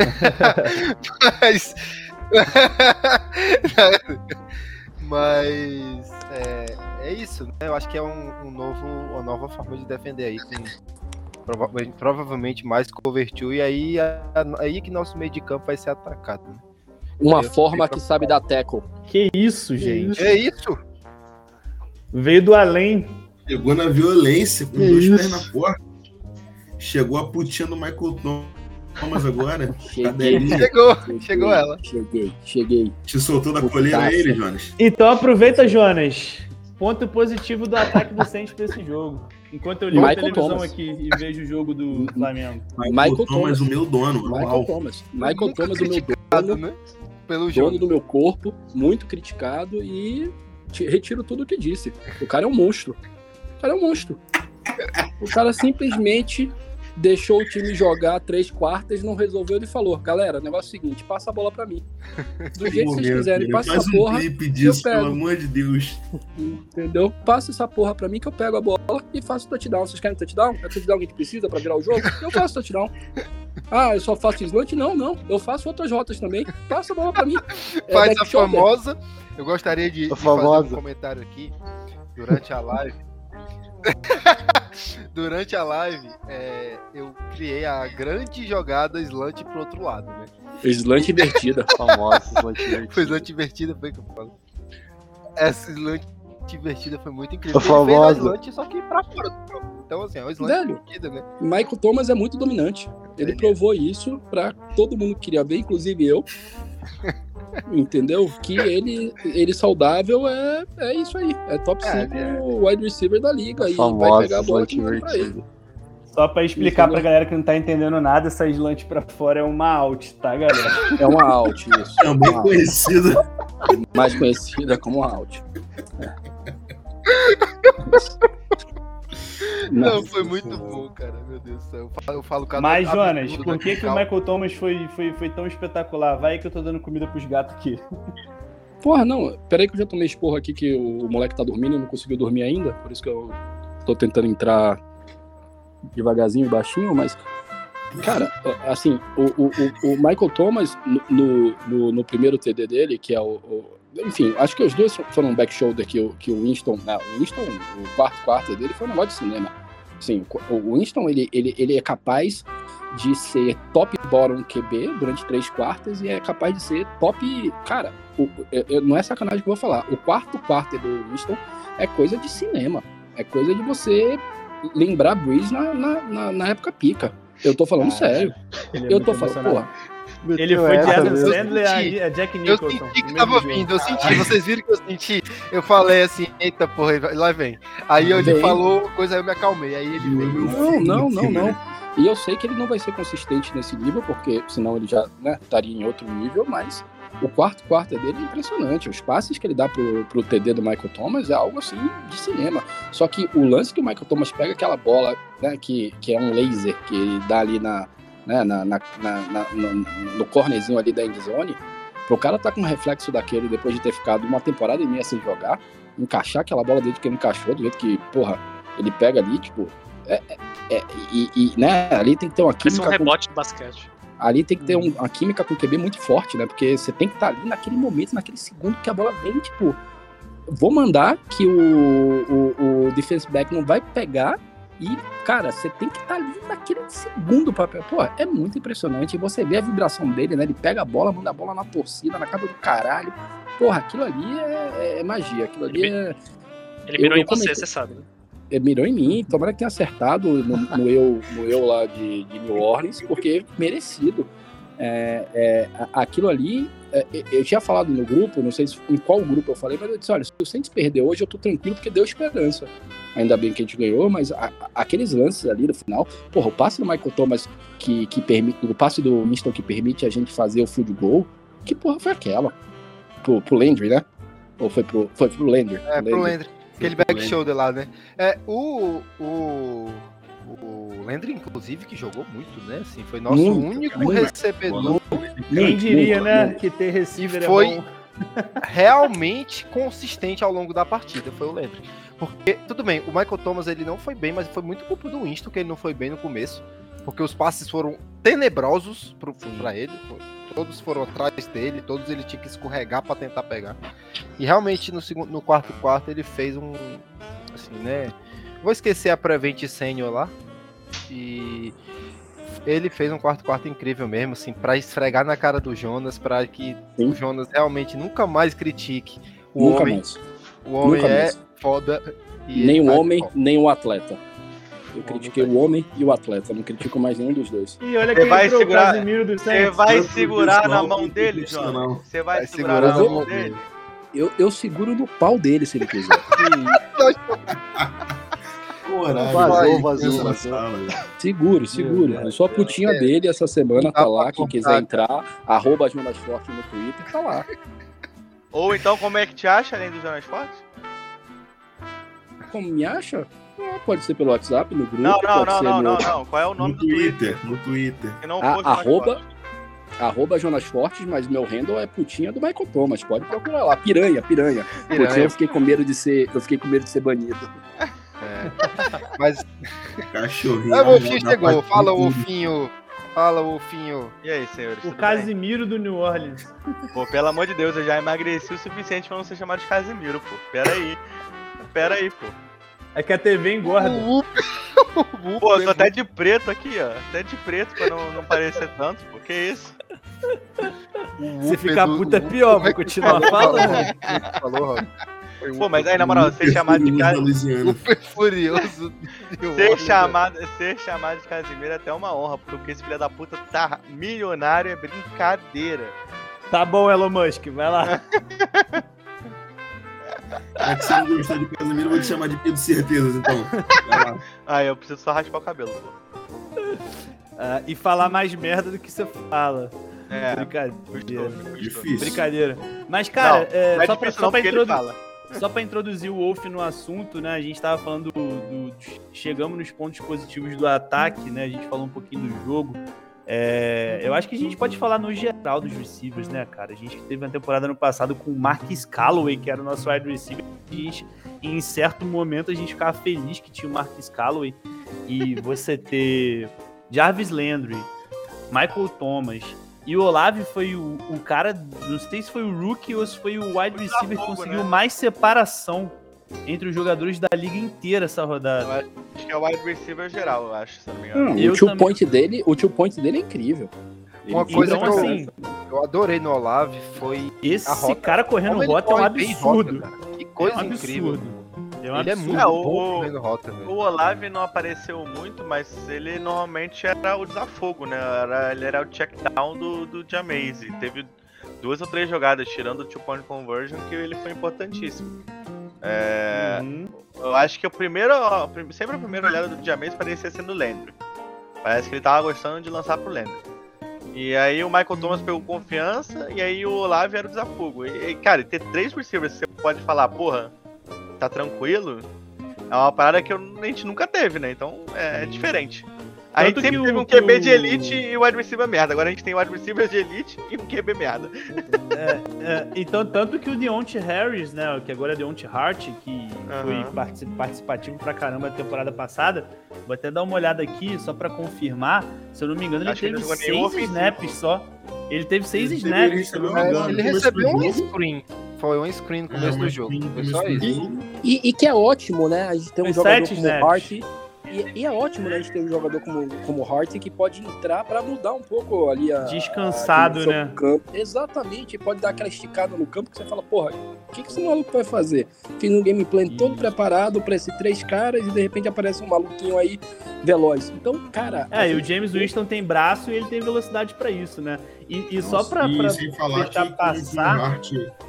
Mas é isso, né? Eu acho que é uma nova forma de defender aí, com provavelmente mais cover 2, e aí que nosso meio de campo vai ser atacado, né? Uma forma que sabe dar tackle. Que isso, gente? É isso? Veio do além. Chegou na violência, com 2 pés na porta. Chegou a putinha do Michael Thomas agora. Chegou ela. Cheguei. Te soltou da coleira ele, Jonas? Então aproveita, Jonas. Ponto positivo do ataque do Saints pra esse jogo. Enquanto eu ligo a televisão aqui e vejo o jogo do Flamengo. Michael Thomas, o meu dono. Michael Thomas, o meu dono, né? Pelo jogo. Dono do meu corpo, muito criticado, e retiro tudo o que disse. O cara é um monstro. O cara simplesmente deixou o time jogar 3 quartas, não resolveu. Ele falou: galera, o negócio é o seguinte, passa a bola pra mim. Do jeito que vocês quiserem, passa essa porra. Disso, pelo amor de Deus. Entendeu? Passa essa porra pra mim que eu pego a bola e faço touchdown. Vocês querem touchdown? É touchdown que a gente precisa pra virar o jogo? Eu faço touchdown. Eu só faço slant? Não. Eu faço outras rotas também. Passa a bola pra mim. Faz a famosa. Eu gostaria de fazer um comentário aqui durante a live. Durante a live, eu criei a grande jogada slant pro outro lado, né? Slant invertida. Famosa slant invertida. Foi slant invertida, foi que eu falo. Essa slant invertida foi muito incrível. A famosa. Ele fez a slant só que pra fora do campo. Então, assim, é uma slant Velho. invertida, né? Michael Thomas é muito dominante. Ele provou isso pra todo mundo que queria ver, inclusive eu. Entendeu? Que ele saudável é isso aí. É top 5 wide receiver da liga. E vai Famosa pegar a bola slant que manda pra ele. invertida. Só pra explicar Entendeu? pra galera que não tá entendendo nada, essa slant pra fora é uma out, tá, galera? É uma out, isso. Também Uma out. conhecida. Mais conhecida como out. Não, foi muito bom, cara. Meu Deus do céu. Eu falo cada Mas, Jonas, absurdo por que, aqui, que o calma. Michael Thomas foi tão espetacular? Vai que eu tô dando comida pros gatos aqui. Porra, não. Peraí que eu já tomei esporro aqui que o moleque tá dormindo e não conseguiu dormir ainda. Por isso que eu tô tentando entrar devagarzinho e baixinho, mas... Cara, assim, o Michael Thomas, no primeiro TD dele, que é enfim, acho que os dois foram um back shoulder que o Winston... Não, o Winston, o quarto dele foi um negócio de cinema. Assim, o Winston, ele é capaz de ser top bottom QB durante 3 quartas e é capaz de ser top... Cara, não é sacanagem que eu vou falar. O quarto do Winston é coisa de cinema. É coisa de você lembrar Breeze na época pica. Eu tô falando sério. Eu tô falando, porra. Ele foi de Essa Adam mesmo. Sandler a Jack Eu Nicholson. senti que no tava mesmo vindo, jogo. eu senti, vocês viram que eu senti? Eu falei assim, eita porra, lá vem. Aí ele Vem. falou coisa, aí eu me acalmei, aí ele veio. Não. E eu sei que ele não vai ser consistente nesse nível, porque senão ele já estaria em outro nível, mas o quarto dele é impressionante. Os passes que ele dá pro TD do Michael Thomas é algo assim de cinema. Só que o lance que o Michael Thomas pega aquela bola, né, que é um laser, que ele dá ali no cornerzinho ali da endzone, pro cara tá com um reflexo daquele depois de ter ficado uma temporada e meia sem jogar, encaixar aquela bola dele que ele encaixou, do jeito que, porra, ele pega ali, tipo, né, ali tem que ter uma Parece um química rebote de basquete. ali tem que ter uma química com o QB muito forte, né, porque você tem que estar ali naquele momento, naquele segundo que a bola vem, tipo, vou mandar que o defense back não vai pegar e, cara, você tem que estar ali naquele segundo papel. Pô, é muito impressionante. E você vê a vibração dele, né? Ele pega a bola, manda a bola na torcida, na casa do caralho. Porra, aquilo ali é magia. Aquilo ali é... Ele mirou eu em você, comentei. você sabe, né? Mirou em mim. Tomara que tenha acertado no eu lá de New Orleans, porque merecido. Aquilo ali, eu tinha falado no grupo, não sei em qual grupo eu falei, mas eu disse, olha, se o Saints perder hoje, eu tô tranquilo porque deu esperança. Ainda bem que a gente ganhou, mas aqueles lances ali no final, porra, o passe do Michael Thomas que permite, o passe do Winston que permite a gente fazer o field goal, que porra foi aquela? Pro Landry, né? Ou foi pro Landry? Pro Landry. Aquele back shoulder lá, né? O Landry, inclusive, que jogou muito, né? Assim, foi nosso único recebedor. Quem diria, né? Que ter receiver foi é bom. realmente consistente ao longo da partida, foi o Landry. Porque, tudo bem, o Michael Thomas ele não foi bem, mas foi muito culpa do Winston que ele não foi bem no começo. Porque os passes foram tenebrosos pra ele. Todos foram atrás dele, todos ele tinha que escorregar pra tentar pegar. E realmente no quarto ele fez um... Assim, né? Vou esquecer a Prevent Senior lá. E ele fez um quarto incrível mesmo, assim, pra esfregar na cara do Jonas, pra que o Jonas realmente nunca mais critique o Nunca homem. mais. O homem Nunca é mais. foda. E Nem ele o tá homem, de volta. nem o atleta. Eu critiquei o homem e o atleta, não critico mais nenhum dos dois. E olha Você quem vai entrou, o segurar- Casimiro do Você Saints. vai Não, segurar na profissional, mão dele, profissional. Jonas? Você vai Vai segurar segurar na na mão mão dele? Eu seguro no pau dele se ele quiser. Vazou. Seguro. Eu sou a putinha dele essa semana, tá lá. Quem quiser entrar, @JonasForte no Twitter, tá lá. Ou então, como é que te acha, além do Jonas Fortes? Como me acha? Pode ser pelo WhatsApp, no grupo. Não. pode ser Qual é o nome No do Twitter? Twitter, no Twitter. Que não Ah, fosse Jonas arroba- Fortes. @Jonas Fortes, mas meu handle é putinha do Michael Thomas. Pode procurar lá. Piranha. Porque eu fiquei com medo de ser banido. Mas Cachorrinho. o Wolfinho na chegou. parte Fala, de tudo. Wolfinho. Fala, Wolfinho. E aí, senhores? O tudo bem? Casimiro do New Orleans. Pô, pelo amor de Deus, eu já emagreci o suficiente pra não ser chamado de Casimiro, pô. Pera aí, pô. É que a TV engorda. Pô, eu tô até de preto aqui, ó. Até de preto pra não parecer tanto, pô. Que isso? Se ficar puta é pior, vou continuar falando. Falou, Rob. Pô, mas aí, na moral, ser chamado de da Louisiana. Super furioso. ser chamado de Casimiro é até uma honra, porque esse filho da puta tá milionário, é brincadeira. Tá bom, Elon Musk, vai lá. Já que você não gostou de Casemiro, eu vou te chamar de Pedro Certezas, então. Vai lá. Ah, eu preciso só raspar o cabelo, pô. E falar mais merda do que você fala. É, Brincadeira. Difícil. Brincadeira. Mas, cara, não é só difícil pra não, porque ele fala. Só pra introduzir o Wolf no assunto, né? A gente tava falando chegamos nos pontos positivos do ataque, né? A gente falou um pouquinho do jogo. Eu acho que a gente pode falar no geral dos receivers, né, cara? A gente teve uma temporada no passado com o Marquis Callaway, que era o nosso wide receiver. E em certo momento a gente ficava feliz que tinha o Marquis Callaway. E você ter Jarvis Landry, Michael Thomas e o Olave foi o cara, não sei se foi o rookie ou se foi o wide receiver que conseguiu mais separação entre os jogadores da liga inteira essa rodada. Acho que é o wide receiver geral, eu acho, se não me engano. O two point dele é incrível. Uma coisa Então, que assim, eu adorei no Olave foi esse a rota. cara correndo Como ele rota é um corre bem absurdo. rota, cara. Que coisa incrível. absurdo. É um Ele é absurdo. muito bom correndo rota, velho. O Olave não apareceu muito, mas ele normalmente era o desafogo, né? Ele era o check down do Jameis. Teve 2 ou 3 jogadas, tirando o 2-point conversion, que ele foi importantíssimo. Eu acho que sempre a primeira olhada do Jameis parecia sendo o Landry. Parece que ele tava gostando de lançar pro Landry. E aí o Michael Thomas pegou confiança, e aí o Olave era o desafogo. E cara, ter 3 receivers, você pode falar, porra, tá tranquilo, é uma parada que a gente nunca teve, né? Então é diferente. A gente sempre teve um QB de elite e o wide receiver merda. Agora a gente tem wide receiver de elite e um QB merda. Então, tanto que o Deontay Harris, né, que agora é Deontay Hart, que foi participativo pra caramba na temporada passada, vou até dar uma olhada aqui, só pra confirmar, se eu não me engano, ele teve 6 snaps só. Ele teve 6 snaps, se eu não me engano. Ele recebeu um screen. Foi um screen no começo do jogo. Foi só isso. E que é ótimo, né? A gente tem um jogador como snaps. o Hart. E é ótimo, né? A gente ter um jogador como o Hart que pode entrar pra mudar um pouco ali descansado, né? Do campo. Exatamente, pode dar aquela esticada no campo que você fala, porra, o que esse maluco vai fazer? Fiz um gameplay todo preparado pra esses 3 caras e de repente aparece um maluquinho aí veloz. Então, cara. E o James Winston tem braço e ele tem velocidade pra isso, né? E só pra sem falar deixar que passar.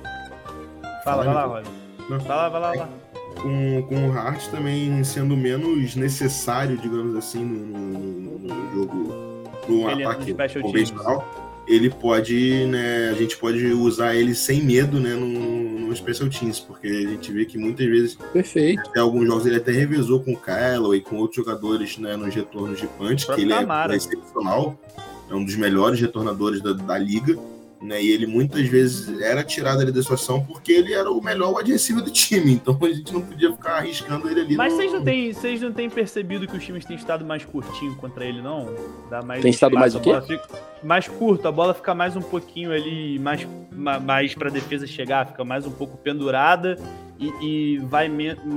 Vai lá, Rob. Vai lá. Com o Hart também sendo menos necessário, digamos assim, no jogo, no ataque convencional, ele pode, né, a gente pode usar ele sem medo, né, no Special Teams, porque a gente vê que muitas vezes, perfeito, até alguns jogos ele até revezou com o Callaway e com outros jogadores, né, nos retornos de punch, que ele é excepcional, é um dos melhores retornadores da liga. Né, e ele muitas vezes era tirado ali da situação porque ele era o melhor wide receiver do time, então a gente não podia ficar arriscando ele ali. Mas vocês não têm percebido que os times têm estado mais curtinho contra ele, não? Tem estado mais o quê? Mais curto, a bola fica mais um pouquinho ali, mais pra defesa chegar, fica mais um pouco pendurada e vai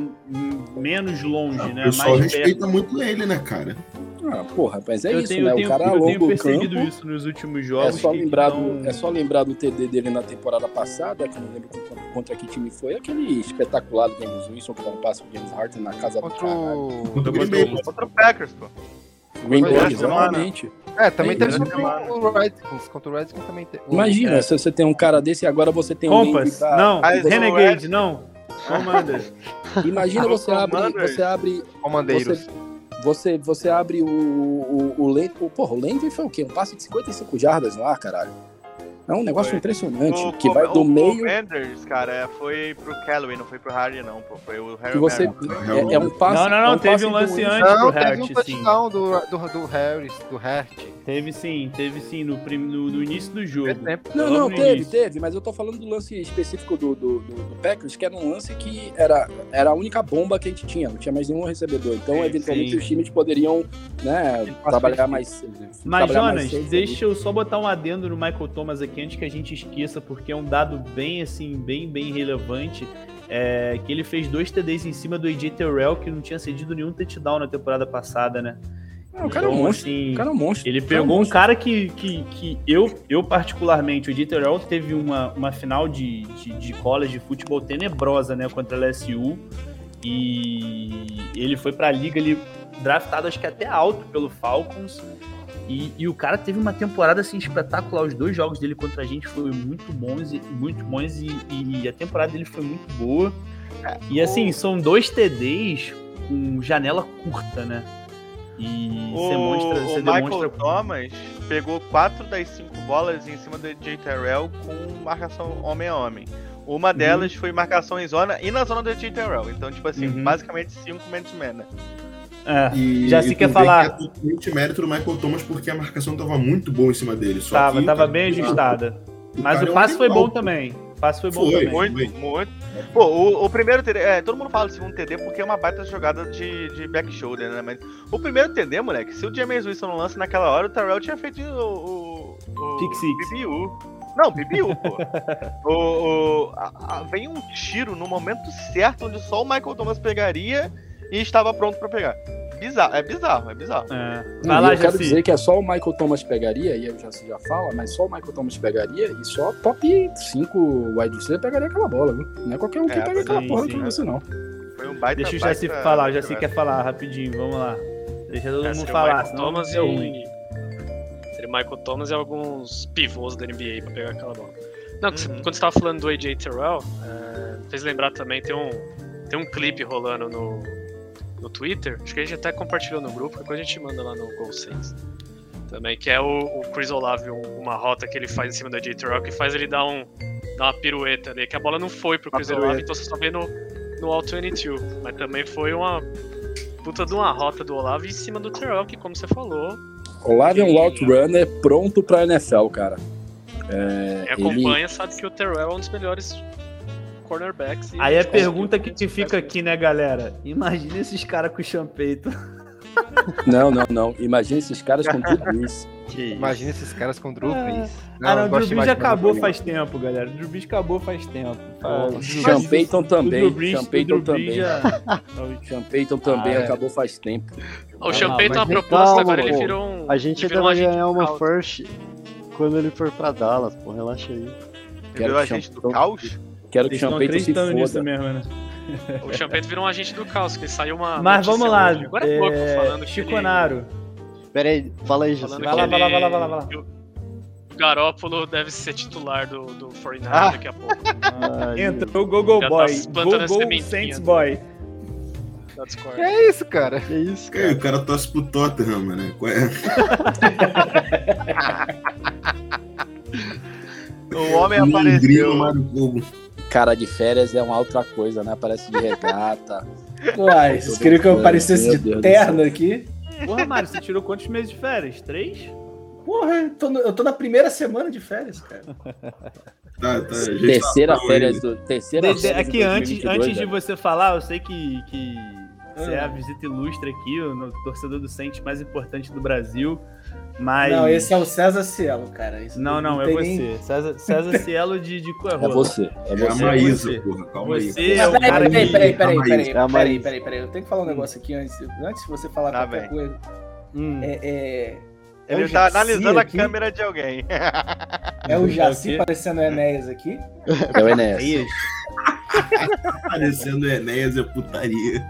menos longe, né? O pessoal mais respeita muito ele, né, cara? Porra, mas é isso, né? O cara eu tenho longo percebido campo, isso nos últimos jogos. É só lembrar do TD dele na temporada passada, que eu não lembro contra que time foi, aquele espetacular do James Winston que dá um passe pro James Harden na casa do caralho. Contra o Packers, pô. Green Bay, exatamente. Também teve contra o Redskins. Contra o Redskins também teve. Imagina, se você tem um cara desse e agora você tem Compass, não, Renegade, não. Commander. Imagina você abre Comandeiros. Você abre o Landry. Porra, o Landry foi o quê? Um passe de 55 jardas lá, caralho. É um negócio impressionante. Que vai do meio. O Commanders, cara, foi pro Callaway, não foi pro Hardy, não, pô. Foi o Harry. É um passe. Não, teve um lance antes pro Hart. Teve um touchdown do Harris, do Hart. Teve sim, no início do jogo. Não, teve, mas eu tô falando do lance específico do Packers, que era um lance que era a única bomba que a gente tinha, não tinha mais nenhum recebedor. Então, eventualmente, os times poderiam, né, trabalhar mais. Mas, Jonas, deixa eu só botar um adendo no Michael Thomas aqui antes que a gente esqueça, porque é um dado bem, assim, bem relevante. que ele fez 2 TDs em cima do AJ Terrell, que não tinha cedido nenhum touchdown na temporada passada, né? Não, o cara é um monstro. Assim, O cara é um monstro. ele O cara é um pegou um monstro. cara que eu particularmente, o AJ Terrell teve uma final de college de futebol tenebrosa, né, contra a LSU, e ele foi pra liga, ele draftado acho que até alto pelo Falcons, e o cara teve uma temporada assim espetacular. Os 2 jogos dele contra a gente foram muito bons e a temporada dele foi muito boa. E assim, são 2 TDs com janela curta, né? E O Michael Thomas pegou 4 das 5 bolas em cima do AJ Terrell com marcação homem a homem. Uma delas foi marcação em zona e na zona do AJ Terrell. Então, tipo assim, basicamente 5 man-to-man, né? Já se quer falar. É totalmente mérito do Michael Thomas, porque a marcação tava muito boa em cima dele. Tava bem ajustada. Mas o passe foi bom também. O passe foi bom também. Muito. Pô, o primeiro TD, todo mundo fala do segundo TD porque é uma baita jogada de back shoulder, né? Mas o primeiro TD, moleque, se o James Winston não lança naquela hora, o Terrell tinha feito o Pick six. BBU. Não, BBU, pô. Vem um tiro no momento certo, onde só o Michael Thomas pegaria e estava pronto pra pegar. É bizarro. Não, eu quero dizer que é só o Michael Thomas pegaria, e você já fala, mas só o Michael Thomas pegaria e só top 5 wide receiver pegaria aquela bola, viu? Não é qualquer um que pega aquela porra de você, não. Foi um baita. Deixa o Jaci falar, o Jaci quer falar rapidinho, vamos lá. Deixa todo mundo falar, senão Thomas deu ruim. Seria Michael Thomas e alguns pivôs da NBA pra pegar aquela bola. Não, quando você tava falando do AJ Terrell, fez lembrar também, tem um clipe rolando no Twitter, acho que a gente até compartilhou no grupo, depois a gente manda lá no Go Saints também, que é o Chris Olave, uma rota que ele faz em cima do AJ Terrell, que faz ele dar uma pirueta ali, que a bola não foi pro Chris Olave, então você só vê no All 22, mas também foi uma puta de uma rota do Olave em cima do Terrell, que como você falou... Olave é um route runner pronto pra NFL, cara. Quem acompanha sabe que o Terrell é um dos melhores cornerbacks. Aí a pergunta que fica aqui, né, galera? Imagina esses caras com o Sean Payton. Não. Imagina esses caras com Drew Brees. Imagina esses caras com Drew Brees. Não, o Drew Brees já acabou faz tempo, galera. O Drew Brees acabou faz tempo. Sean Payton também. Sean Payton também acabou faz tempo. O Sean Payton, a proposta agora, ele virou um... A gente ainda vai ganhar uma first quando ele for pra Dallas, pô, relaxa aí. Virou agente do caos? Quero que o Sean Payton se foda. Nisso mesmo, né? O Sean Payton virou um agente do caos, que saiu uma... Mas vamos lá, agora é pouco falando Chiconaro. Pera aí, fala aí, José. Vai lá. O Garoppolo deve ser titular do 49 daqui a pouco. Entrou o Gogo Boy. Gogo Saints Boy. Que é isso, cara? Que isso, O cara torce pro Tottenham, né? Qual é? O homem apareceu. Cara de férias é uma outra coisa, né? Aparece de regata. Uai, vocês queriam que eu aparecesse de terno aqui? Porra, Mário, você tirou quantos meses de férias? 3? Porra, eu tô na primeira semana de férias, cara. Tá. Terceira férias do... Aqui, antes de você falar, eu sei que você é a visita ilustre aqui, o torcedor do Saints mais importante do Brasil, mas... Não, esse é o César Cielo, cara. Isso não, é você. Nem... César Cielo de Cuerrola. É você. É a Maísa, porra. Calma aí. Você é o cara Peraí. Eu tenho que falar um negócio aqui antes de você falar qualquer coisa. Ele tá analisando a câmera de alguém. É o Jaci parecendo o Enéas aqui? É o Enéas. Parecendo o Enéas é putaria.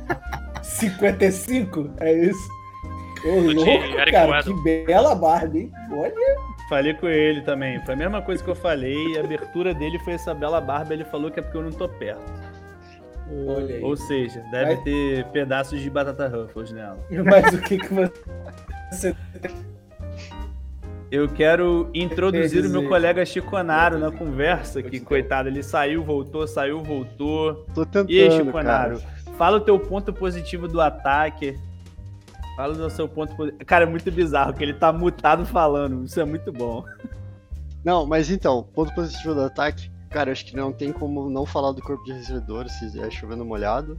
55? É isso? Ô, louco, cara, que bela barba, hein? Olha. Falei com ele também. Foi a mesma coisa que eu falei. A abertura dele foi essa bela barba. Ele falou que é porque eu não tô perto. Olha aí. Ou seja, deve ter pedaços de batata Ruffles nela. Mas o que você... Eu quero introduzir o meu colega Chiconaro na conversa, que coitado, ele saiu, voltou. Tô tentando, E aí, Chiconaro, cara. fala o teu ponto positivo do ataque. Fala do seu ponto positivo. Cara, é muito bizarro que ele tá mutado falando, isso é muito bom. Não, mas então, ponto positivo do ataque, cara, acho que não tem como não falar do corpo de recebedores, se é chovendo molhado.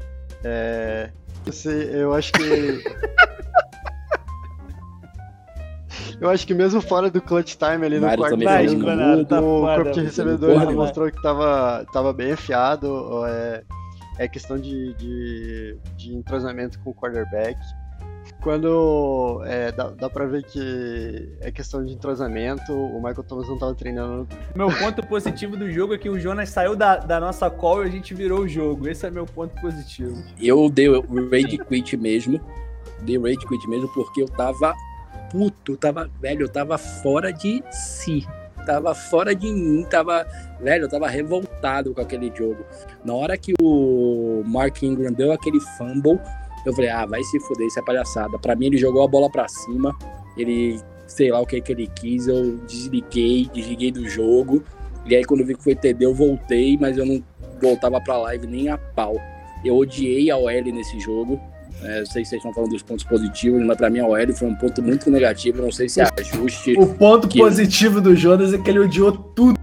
Eu acho que... Eu acho que mesmo fora do clutch time ali no Mário quarto também Vai, fez Esconado, tá o foda. corpo de recebedores Porra, demonstrou que tava bem afiado. É questão de entrosamento com o quarterback. Quando dá pra ver que é questão de entrosamento, o Michael Thomas não tava treinando. Meu ponto positivo do jogo é que o Jonas saiu da nossa call e a gente virou o jogo. Esse é meu ponto positivo. Eu dei o rage quit mesmo. Dei rage quit mesmo porque eu tava puto, eu tava fora de si. Tava fora de mim, eu tava revoltado com aquele jogo. Na hora que o Mark Ingram deu aquele fumble, eu falei, vai se fuder, isso é palhaçada. Pra mim, ele jogou a bola pra cima, ele, sei lá o que ele quis, eu desliguei do jogo. E aí, quando eu vi que foi TD, eu voltei, mas eu não voltava pra live nem a pau. Eu odiei a OL nesse jogo. Eu sei que vocês estão falando dos pontos positivos, mas pra mim a OL foi um ponto muito negativo. Não sei se é ajuste. O ponto positivo do Jonas é que ele odiou tudo.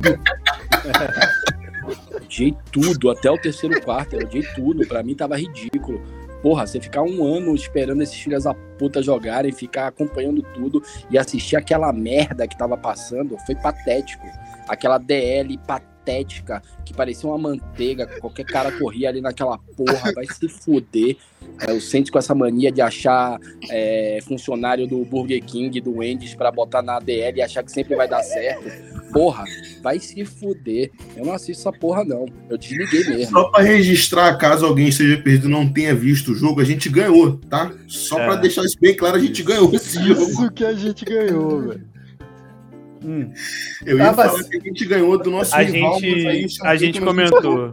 Odiei tudo, até o terceiro quarto. Eu odiei tudo. Pra mim tava ridículo. Porra, você ficar um ano esperando esses filhos da puta jogarem, ficar acompanhando tudo e assistir aquela merda que tava passando, foi patético. Aquela DL patética, que parecia uma manteiga, qualquer cara corria ali naquela porra, vai se fuder. Eu sinto com essa mania de achar funcionário do Burger King, do Wendy's, pra botar na DL e achar que sempre vai dar certo. Porra, vai se fuder. Eu não assisto essa porra, não. Eu desliguei mesmo. Só pra registrar, caso alguém esteja perdido e não tenha visto o jogo, a gente ganhou, tá? Só pra deixar isso bem claro, a gente ganhou esse jogo. Isso que a gente ganhou, velho. Eu ia falar que a gente ganhou do nosso rival, mas a gente comentou.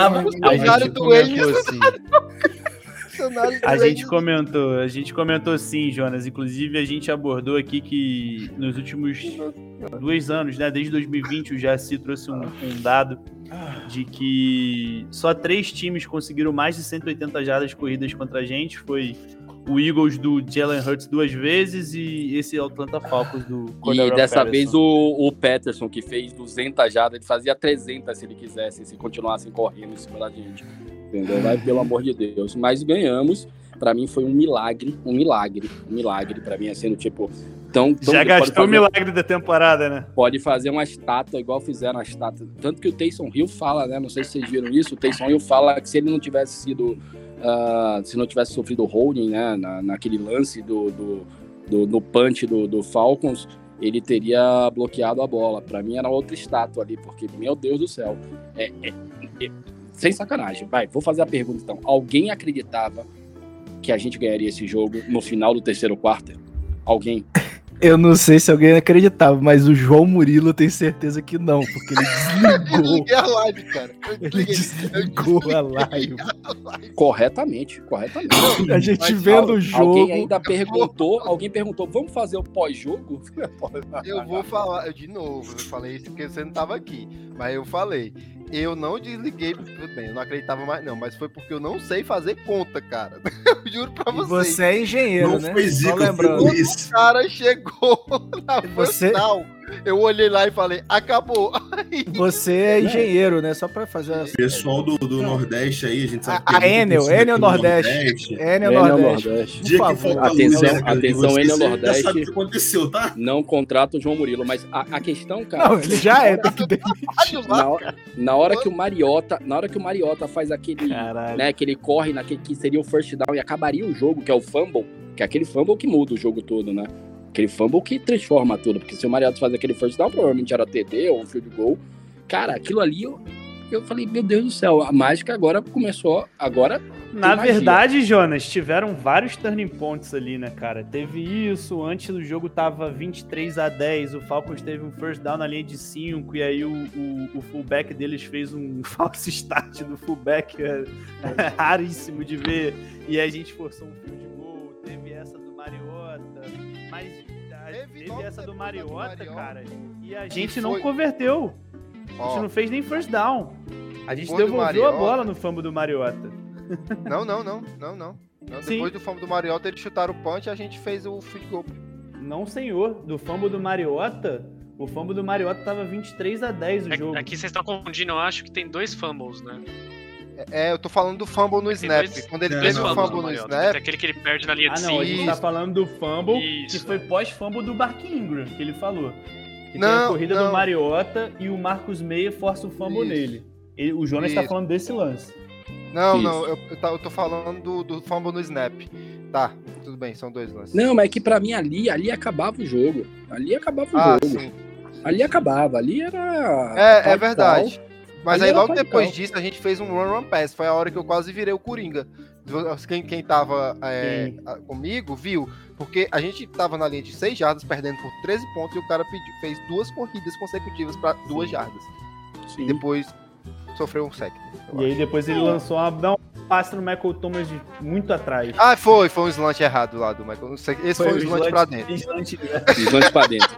A gente comentou sim, Jonas. Inclusive, a gente abordou aqui que nos últimos 2 anos, né, desde 2020, o Jaci trouxe um dado de que só 3 times conseguiram mais de 180 jardas corridas contra a gente. Foi o Eagles do Jalen Hurts 2 vezes e esse Atlanta Falcons do Cordarrelle E dessa Patterson. vez o Patterson, que fez 200 jardas, ele fazia 300 se ele quisesse, se continuassem correndo em cima da gente. Entendeu? Vai, pelo amor de Deus. Mas ganhamos. Pra mim foi um milagre pra mim, assim, tipo... Já gastou o milagre da temporada, né? Pode fazer uma estátua, igual fizeram a estátua. Tanto que o Taysom Hill fala, né? Não sei se vocês viram isso. O Taysom Hill fala que se ele não tivesse sido... se não tivesse sofrido holding, né? Naquele lance no punch do Falcons, ele teria bloqueado a bola. Pra mim era outra estátua ali, porque, meu Deus do céu. Sem sacanagem. Vai, vou fazer a pergunta então. Alguém acreditava que a gente ganharia esse jogo no final do terceiro quarto? Alguém? Eu não sei se alguém acreditava, mas o João Murilo tem certeza que não, porque ele desligou. Eu desliguei a live, cara. Ele desligou a live. Corretamente. A gente vendo o jogo. Alguém perguntou, vamos fazer o pós-jogo? Eu vou falar, de novo, eu falei isso porque você não tava aqui, mas eu falei, eu não desliguei, tudo bem, eu não acreditava mais não, mas foi porque eu não sei fazer conta, cara. Eu juro pra vocês. Você é engenheiro, não né? Foi zica, lembrando. O cara chegou na final. Eu olhei lá e falei, acabou. Você é engenheiro, né? Só pra fazer O pessoal do Nordeste aí, a gente sabe a Enel Nordeste. Enel Nordeste. Dia que faltar atenção, Enel Nordeste. Já sabe o que aconteceu, tá? Não contrata o João Murilo, mas a questão, cara... Não, ele já tem que demitir. Na hora que o Mariota faz aquele, né, que ele corre naquele que seria o first down e acabaria o jogo, que é o fumble, que é aquele fumble que muda o jogo todo, né? Aquele fumble que transforma tudo, porque se o Mariota faz aquele first down, provavelmente era TD ou um field goal. Cara, aquilo ali, eu falei, meu Deus do céu, a mágica agora começou, Na verdade, Jonas, tiveram vários turning points ali, né, cara? Teve isso, antes do jogo tava 23-10, o Falcons teve um first down na linha de 5, e aí o fullback deles fez um false start do fullback, raríssimo de ver, e a gente forçou um field goal, teve essa do Mariota, mas teve essa do Mariota, cara, e a gente não converteu. A gente não fez nem first down. A gente devolveu a bola no fumble do Mariota. Não. Depois do fumble do Mariota, eles chutaram o punch e a gente fez o field goal. Não, senhor. Do fumble do Mariota, o fumble do Mariota tava 23-10 o jogo. Aqui vocês estão confundindo, eu acho que tem 2 fumbles, né? Eu tô falando do fumble no snap. Quando ele teve o fumble no snap... Aquele que ele perde na linha de não, a gente tá falando do fumble, Isso. que foi pós-fumble do Mark Ingram, que ele falou. Que tem Não, a corrida não. do Mariota e o Marcus Meyer força o fumble nele. O Jonas tá Isso. falando desse lance. Não, Isso. eu tô falando do fumble no snap. Tá, tudo bem, são 2 lances. Não, mas é que pra mim ali acabava o jogo. Ali acabava o jogo. Sim. Ali acabava, ali era... É verdade. Mas Ali aí era logo pau-pau. depois disso a gente fez um run pass. Foi a hora que eu quase virei o Coringa. Quem tava comigo viu. Porque a gente tava na linha de 6 jardas, perdendo por 13 pontos, e o cara fez 2 corridas consecutivas pra 2 jardas. Sim. E depois sofreu um sec. E aí depois ele lançou um passe no Michael Thomas de muito atrás. Ah, foi um slant errado lá do Michael. Esse foi um slant pra dentro. Slant pra dentro.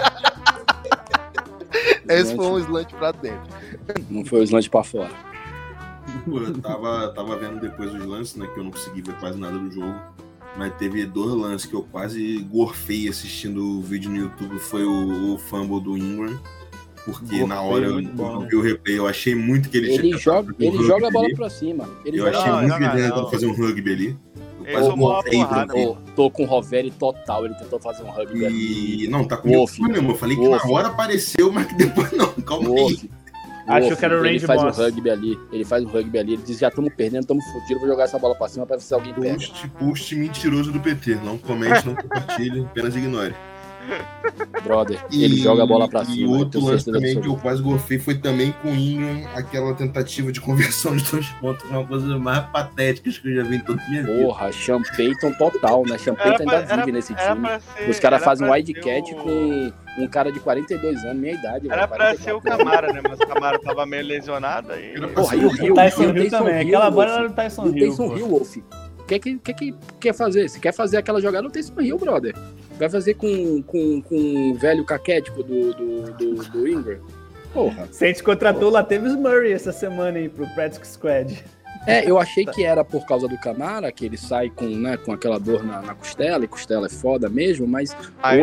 Esse foi um slant pra dentro. Não foi o slant pra fora. Pô, eu tava vendo depois os lances, né? Que eu não consegui ver quase nada do jogo. Mas teve 2 lances que eu quase gorfei assistindo o vídeo no YouTube. Foi o fumble do Ingram. Porque na hora eu vi o replay, eu achei muito que ele joga a bola pra cima. Eu achei muito que ele tentou fazer um rugby ali. Ele tomou uma porrada. Tô com o Roveri total, ele tentou fazer um rugby ali. Não, tá comigo mesmo. Eu falei que na hora apareceu, mas que depois não. Calma aí. Achou que era o range ele faz boss. um rugby ali. Ele diz, já estamos perdendo, estamos fodidos, vou jogar essa bola pra cima pra ver se alguém pega. Post mentiroso do PT. Não comente, não compartilhe, apenas ignore. Brother, ele joga a bola pra cima. E outro lance também que eu quase gorfei foi também com o Ingram, aquela tentativa de conversão de 2 pontos, uma coisa mais patética que eu já vi em toda a minha vida. Porra, Sean Payton total, né? Sean Payton ainda vive nesse time. Os caras fazem um wide cat com um cara de 42 anos, minha idade. Era pra ser o Camara, né? Mas o Camara tava meio lesionado aí. Porra, e o Hill? O Tyson Hill também. Aquela bola era do Tyson Hill. Tyson Hill, Wolf. O que quer fazer? Se quer fazer aquela jogada, não tem Tyson Hill, brother. Vai fazer com o velho caquético do Ingram? Porra. Saints contratou o Latavius Murray essa semana aí pro Practice Squad. Eu achei que era por causa do Camara, que ele sai com aquela dor na costela, e costela é foda mesmo, mas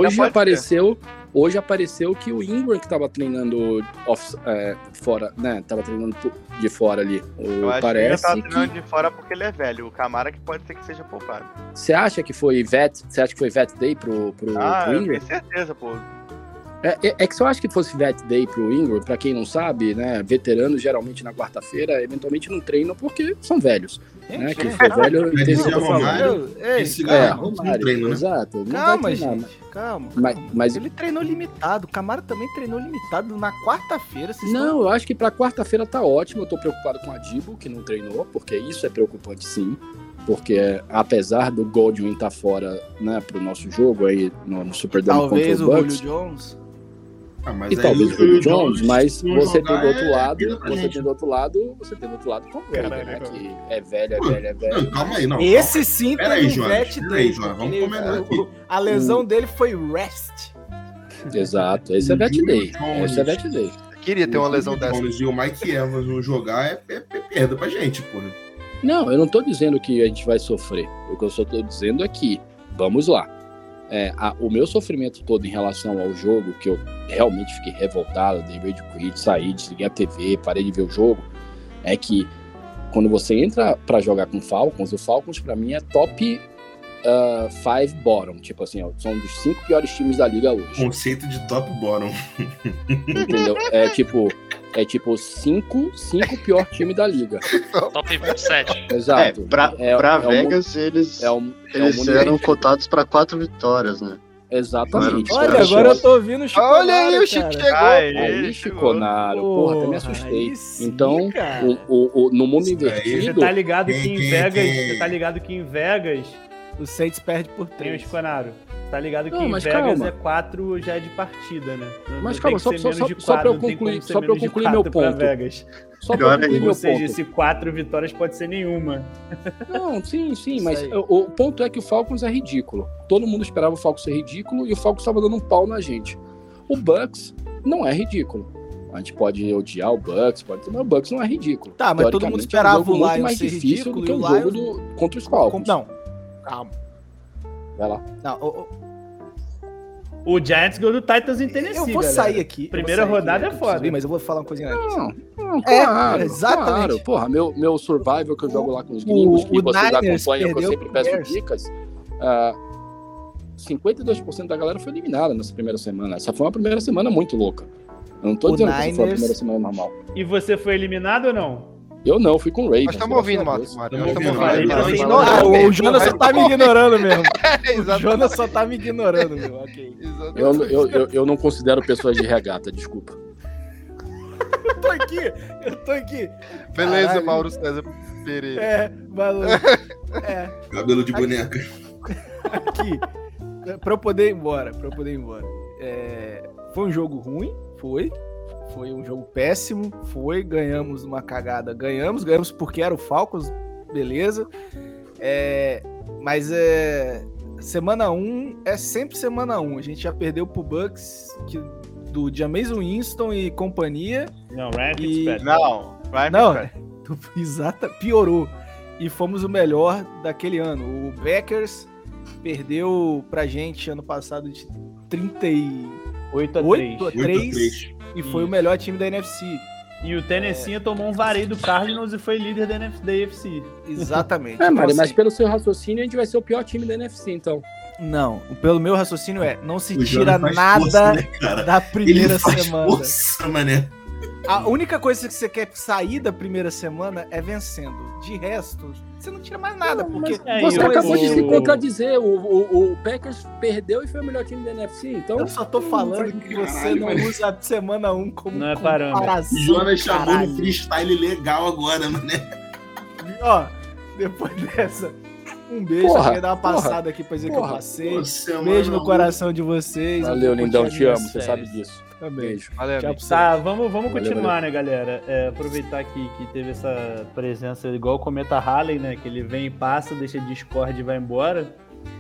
hoje apareceu que o Ingram que tava treinando fora, né, tava treinando de fora ali. Eu acho que ele tá treinando de fora porque ele é velho, o Camara que pode ser que seja poupado. Você acha que foi Vet Day pro eu Ingram? tenho certeza, pô. É que se eu acho que fosse Vet Day pro Ingram, pra quem não sabe, né, veteranos geralmente na quarta-feira eventualmente não treinam porque são velhos. Né, que for velho, entende o que eu tô falando. Romário, exato. Calma, gente, calma. Mas ele treinou limitado, o Camara também treinou limitado na quarta-feira. Não, eu acho que pra quarta-feira tá ótimo, eu tô preocupado com a Dibo, que não treinou, porque isso é preocupante sim. Porque apesar do Godwin estar fora, né, pro nosso jogo aí no Super Bowl contra talvez o o Bucks, Julio Jones. E talvez o Julio Jones, mas você tem do outro lado, você tem do outro lado Tom Brady, né, que é velho. Não, calma aí, não. Esse sim Pera tem aí, um Jonas. vet Pera aí, dele. Jonas. Vamos comentar aqui. A lesão dele foi rest. Exato, esse é Vet Day. Esse é Vet Day. Queria ter uma lesão dessa. E o Mike Evans não jogar é perda pra gente, porra. Não, eu não tô dizendo que a gente vai sofrer. O que eu só tô dizendo é que, vamos lá. O meu sofrimento todo em relação ao jogo, que eu realmente fiquei revoltado, dei rage quit, saí, desliguei a TV, parei de ver o jogo, é que quando você entra pra jogar com o Falcons pra mim é top 5 bottom, tipo assim, são dos 5 piores times da liga hoje. Conceito de top bottom. Entendeu? É tipo 5 pior time da liga. Top 7. Exato. Pra Vegas, eles eram cotados pra 4 vitórias, né? Exatamente. Olha, agora eu tô ouvindo o Chico. Olha aí, o Chico chegou. Aí, Chiconaro. Porra, até me assustei. Sim, então, no mundo invertido... Você tá ligado que em Vegas... O Saints perde por Tem o 3. Chiconaro. Tá ligado que Não, em mas Vegas calma. é 4 já é de partida, né? Mas Não calma, tem que ser só menos de pra eu não tem como concluir, ser só pra eu menos de concluir meu 4 pra ponto. Vegas. Só pra concluir meu Ou seja, ponto. esse 4 vitórias pode ser nenhuma. Não, sim, Isso mas aí. o ponto é que o Falcons é ridículo. Todo mundo esperava o Falcons ser ridículo e o Falcons estava dando um pau na gente. O Bucks não é ridículo. A gente pode odiar o Bucks, mas o Bucks não é ridículo. Tá, mas todo mundo Teoricamente, esperava é um jogo o muito Lions mais ser difícil do ridículo que e o o jogo Lions... contra os Falcons. Não, calma. Vai lá. Não, O Giants ganhou do Titans em Tennessee, Eu vou galera. sair aqui. Primeira eu vou sair rodada aqui, é eu preciso foda. ir, mas eu vou falar uma coisinha antes. Não, É, claro, exatamente. claro. Porra, meu survival que eu jogo lá com os gringos, que o vocês Niners acompanham, que eu perdeu sempre pro peço Bears. dicas, 52% da galera foi eliminada nessa primeira semana. Essa foi uma primeira semana muito louca. Eu não tô O dizendo que essa foi a Niners- primeira semana normal. E você foi eliminado ou não? Eu não, fui com o Ravens. Nós estamos ouvindo, graças a Mário. Deus. Nós Tamo estamos ouvindo, ouvindo. Mário. Nós Ah, estamos ouvindo. O Jonas só tá me ignorando mesmo. O Exatamente. Jonas só tá me ignorando, meu. Ok. Eu não considero pessoas de regata, desculpa. Eu tô aqui. Beleza, Caralho. Mauro César Pereira. É, valeu. É, Cabelo de boneca. aqui. Pra eu poder ir embora. Foi um jogo ruim? Foi um jogo péssimo? Foi. Ganhamos uma cagada. Ganhamos porque era o Falcons, beleza. Mas semana 1 é sempre semana 1. A gente já perdeu pro Bucks do Jameis Winston e companhia. Não, Ryan E- Fitzpatrick. Não, Ryan Não, Fitzpatrick. exata, piorou. E fomos o melhor daquele ano. O Packers perdeu pra gente ano passado de 38 8-3. a 3 e foi o melhor time da NFC. E o Tennessee tomou um vareio do Cardinals e foi líder da AFC. Exatamente. É, Então, Mário, mas assim, pelo seu raciocínio, a gente vai ser o pior time da NFC, então. não, pelo meu raciocínio não se O tira Jonas faz nada força, né, cara? da Ele primeira faz semana. força, mané. A única coisa que você quer sair da primeira semana é vencendo. De resto, você não tira mais nada, porque Você eu- acabou de se o- contradizer. O Packers perdeu e foi o melhor time da NFC, então. eu só tô falando que você Caralho, não mano. usa a semana 1 como Não é parâmetro. comparação. O Jonas chamou caralho. no freestyle legal agora, mané. Ó, depois dessa, um beijo. Porra, Eu queria dar uma porra, passada aqui pra dizer que eu porra. passei. Você, Beijo no mano, coração de vocês. Valeu, Eu vou lindão, curtir te as amo, minhas você sabe séries. disso. Também. Beijo. Valeu, Tchau amigo. pra você. Tá, vamos Valeu, continuar, né, galera? Aproveitar que teve essa presença igual o Cometa Halley, né? Que ele vem e passa, deixa Discord e vai embora.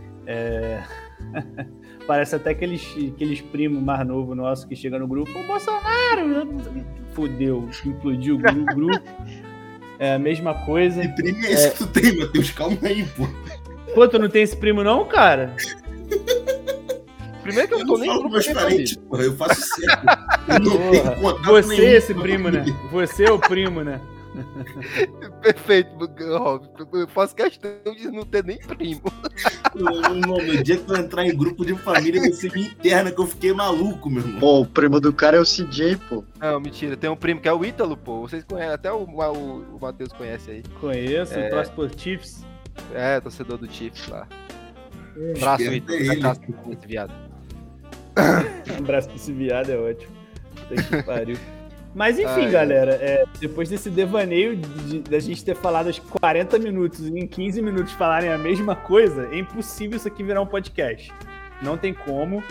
Parece até aqueles primos mais novos nossos que chegam no grupo. O Bolsonaro! Fudeu, implodiu o grupo. É a mesma coisa. Que primo é esse que tu tem, Matheus? Calma aí, pô. Pô, tu não tem esse primo não, cara? Primeiro que eu Eu não tô não nem falo no com meus grupo parentes, amigo. porra. Eu faço certo. Eu não Porra, tenho contato Você nenhum é esse com a primo, né? família. Você é o primo, né? Perfeito, Rob. Eu faço questão de não ter nem primo. No dia que eu entrar em grupo de família, vai ser minha interna, que eu fiquei maluco, meu irmão. Pô, o primo do cara é o CJ, pô. Não, mentira. Tem um primo que é o Ítalo, pô. Vocês conhecem, até o Matheus conhece aí. Conheço, torce por Chiefs. É, torcedor do Chiefs lá. Abraço, Esquenta Ítalo. ele. Abraço esse viado. Um abraço pra esse viado, é ótimo. Puta que pariu. Mas enfim, Ai, galera, depois desse devaneio da gente ter falado acho que 40 minutos e em 15 minutos falarem a mesma coisa, é impossível isso aqui virar um podcast. Não tem como.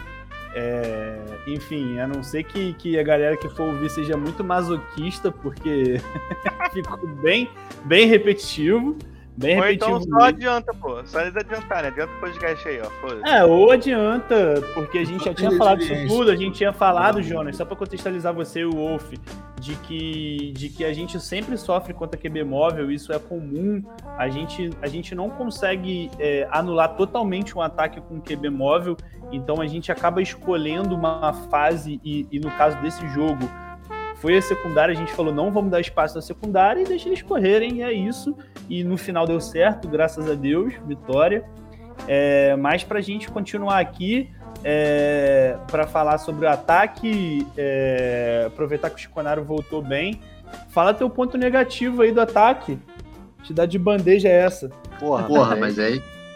Enfim, a não ser que a galera que for ouvir seja muito masoquista, porque ficou bem repetitivo. Bem Ou repetitivo. então só adianta, pô. Só eles adiantarem. Adianta o podcast aí, ó. Foda-se. Ou adianta, porque a gente já tinha perder falado de isso audiência. tudo, a gente tinha falado, Jonas, só pra contextualizar você e o Wolf, de que a gente sempre sofre contra QB móvel, isso é comum, a gente não consegue anular totalmente um ataque com QB móvel, então a gente acaba escolhendo uma fase, e no caso desse jogo, foi a secundária, a gente falou, não vamos dar espaço na secundária e deixa eles correrem, e é isso. E no final deu certo, graças a Deus, vitória. Mas pra gente continuar aqui, para falar sobre o ataque, aproveitar que o Chiconaro voltou bem, fala teu ponto negativo aí do ataque. Te dá de bandeja essa. Porra, mas aí.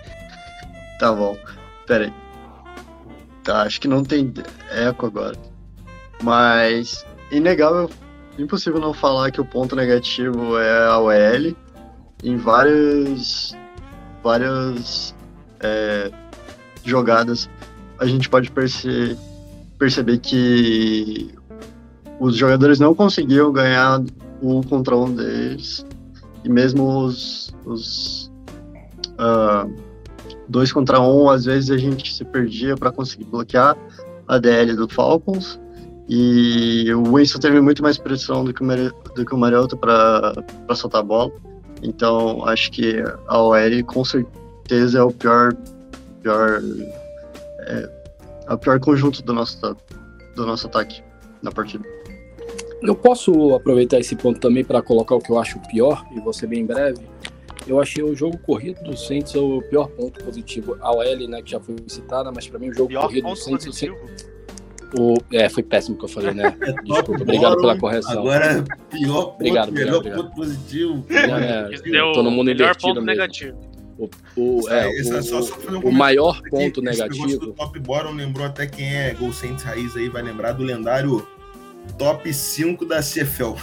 Tá bom. Pera aí. Tá, acho que não tem eco agora. Mas, inegável, impossível não falar que o ponto negativo é a OL. Em várias jogadas, a gente pode perceber que os jogadores não conseguiam ganhar um contra um deles. E mesmo os 2 contra 1, às vezes a gente se perdia para conseguir bloquear a DL do Falcons. E o Winston teve muito mais pressão do que o Mariota para soltar a bola. Então, acho que a OL com certeza é o pior É o pior conjunto do nosso ataque na partida. Eu posso aproveitar esse ponto também para colocar o que eu acho pior, e vou ser bem breve. Eu achei o jogo corrido do Saints o pior ponto positivo. A OL, né, que já foi citada, mas para mim o jogo Pior corrido do ponto Saints... positivo? Foi péssimo que eu falei, né? É Desculpa, top obrigado bottom, pela correção. Agora, pior ponto, Obrigado, melhor obrigado. ponto positivo. Eu tô no mundo melhor invertido ponto mesmo. negativo. Só fazer um O maior comentário ponto aqui, esse negócio negativo... do top bottom lembrou até quem é Gol Saints raiz aí, vai lembrar do lendário top 5 da CFL.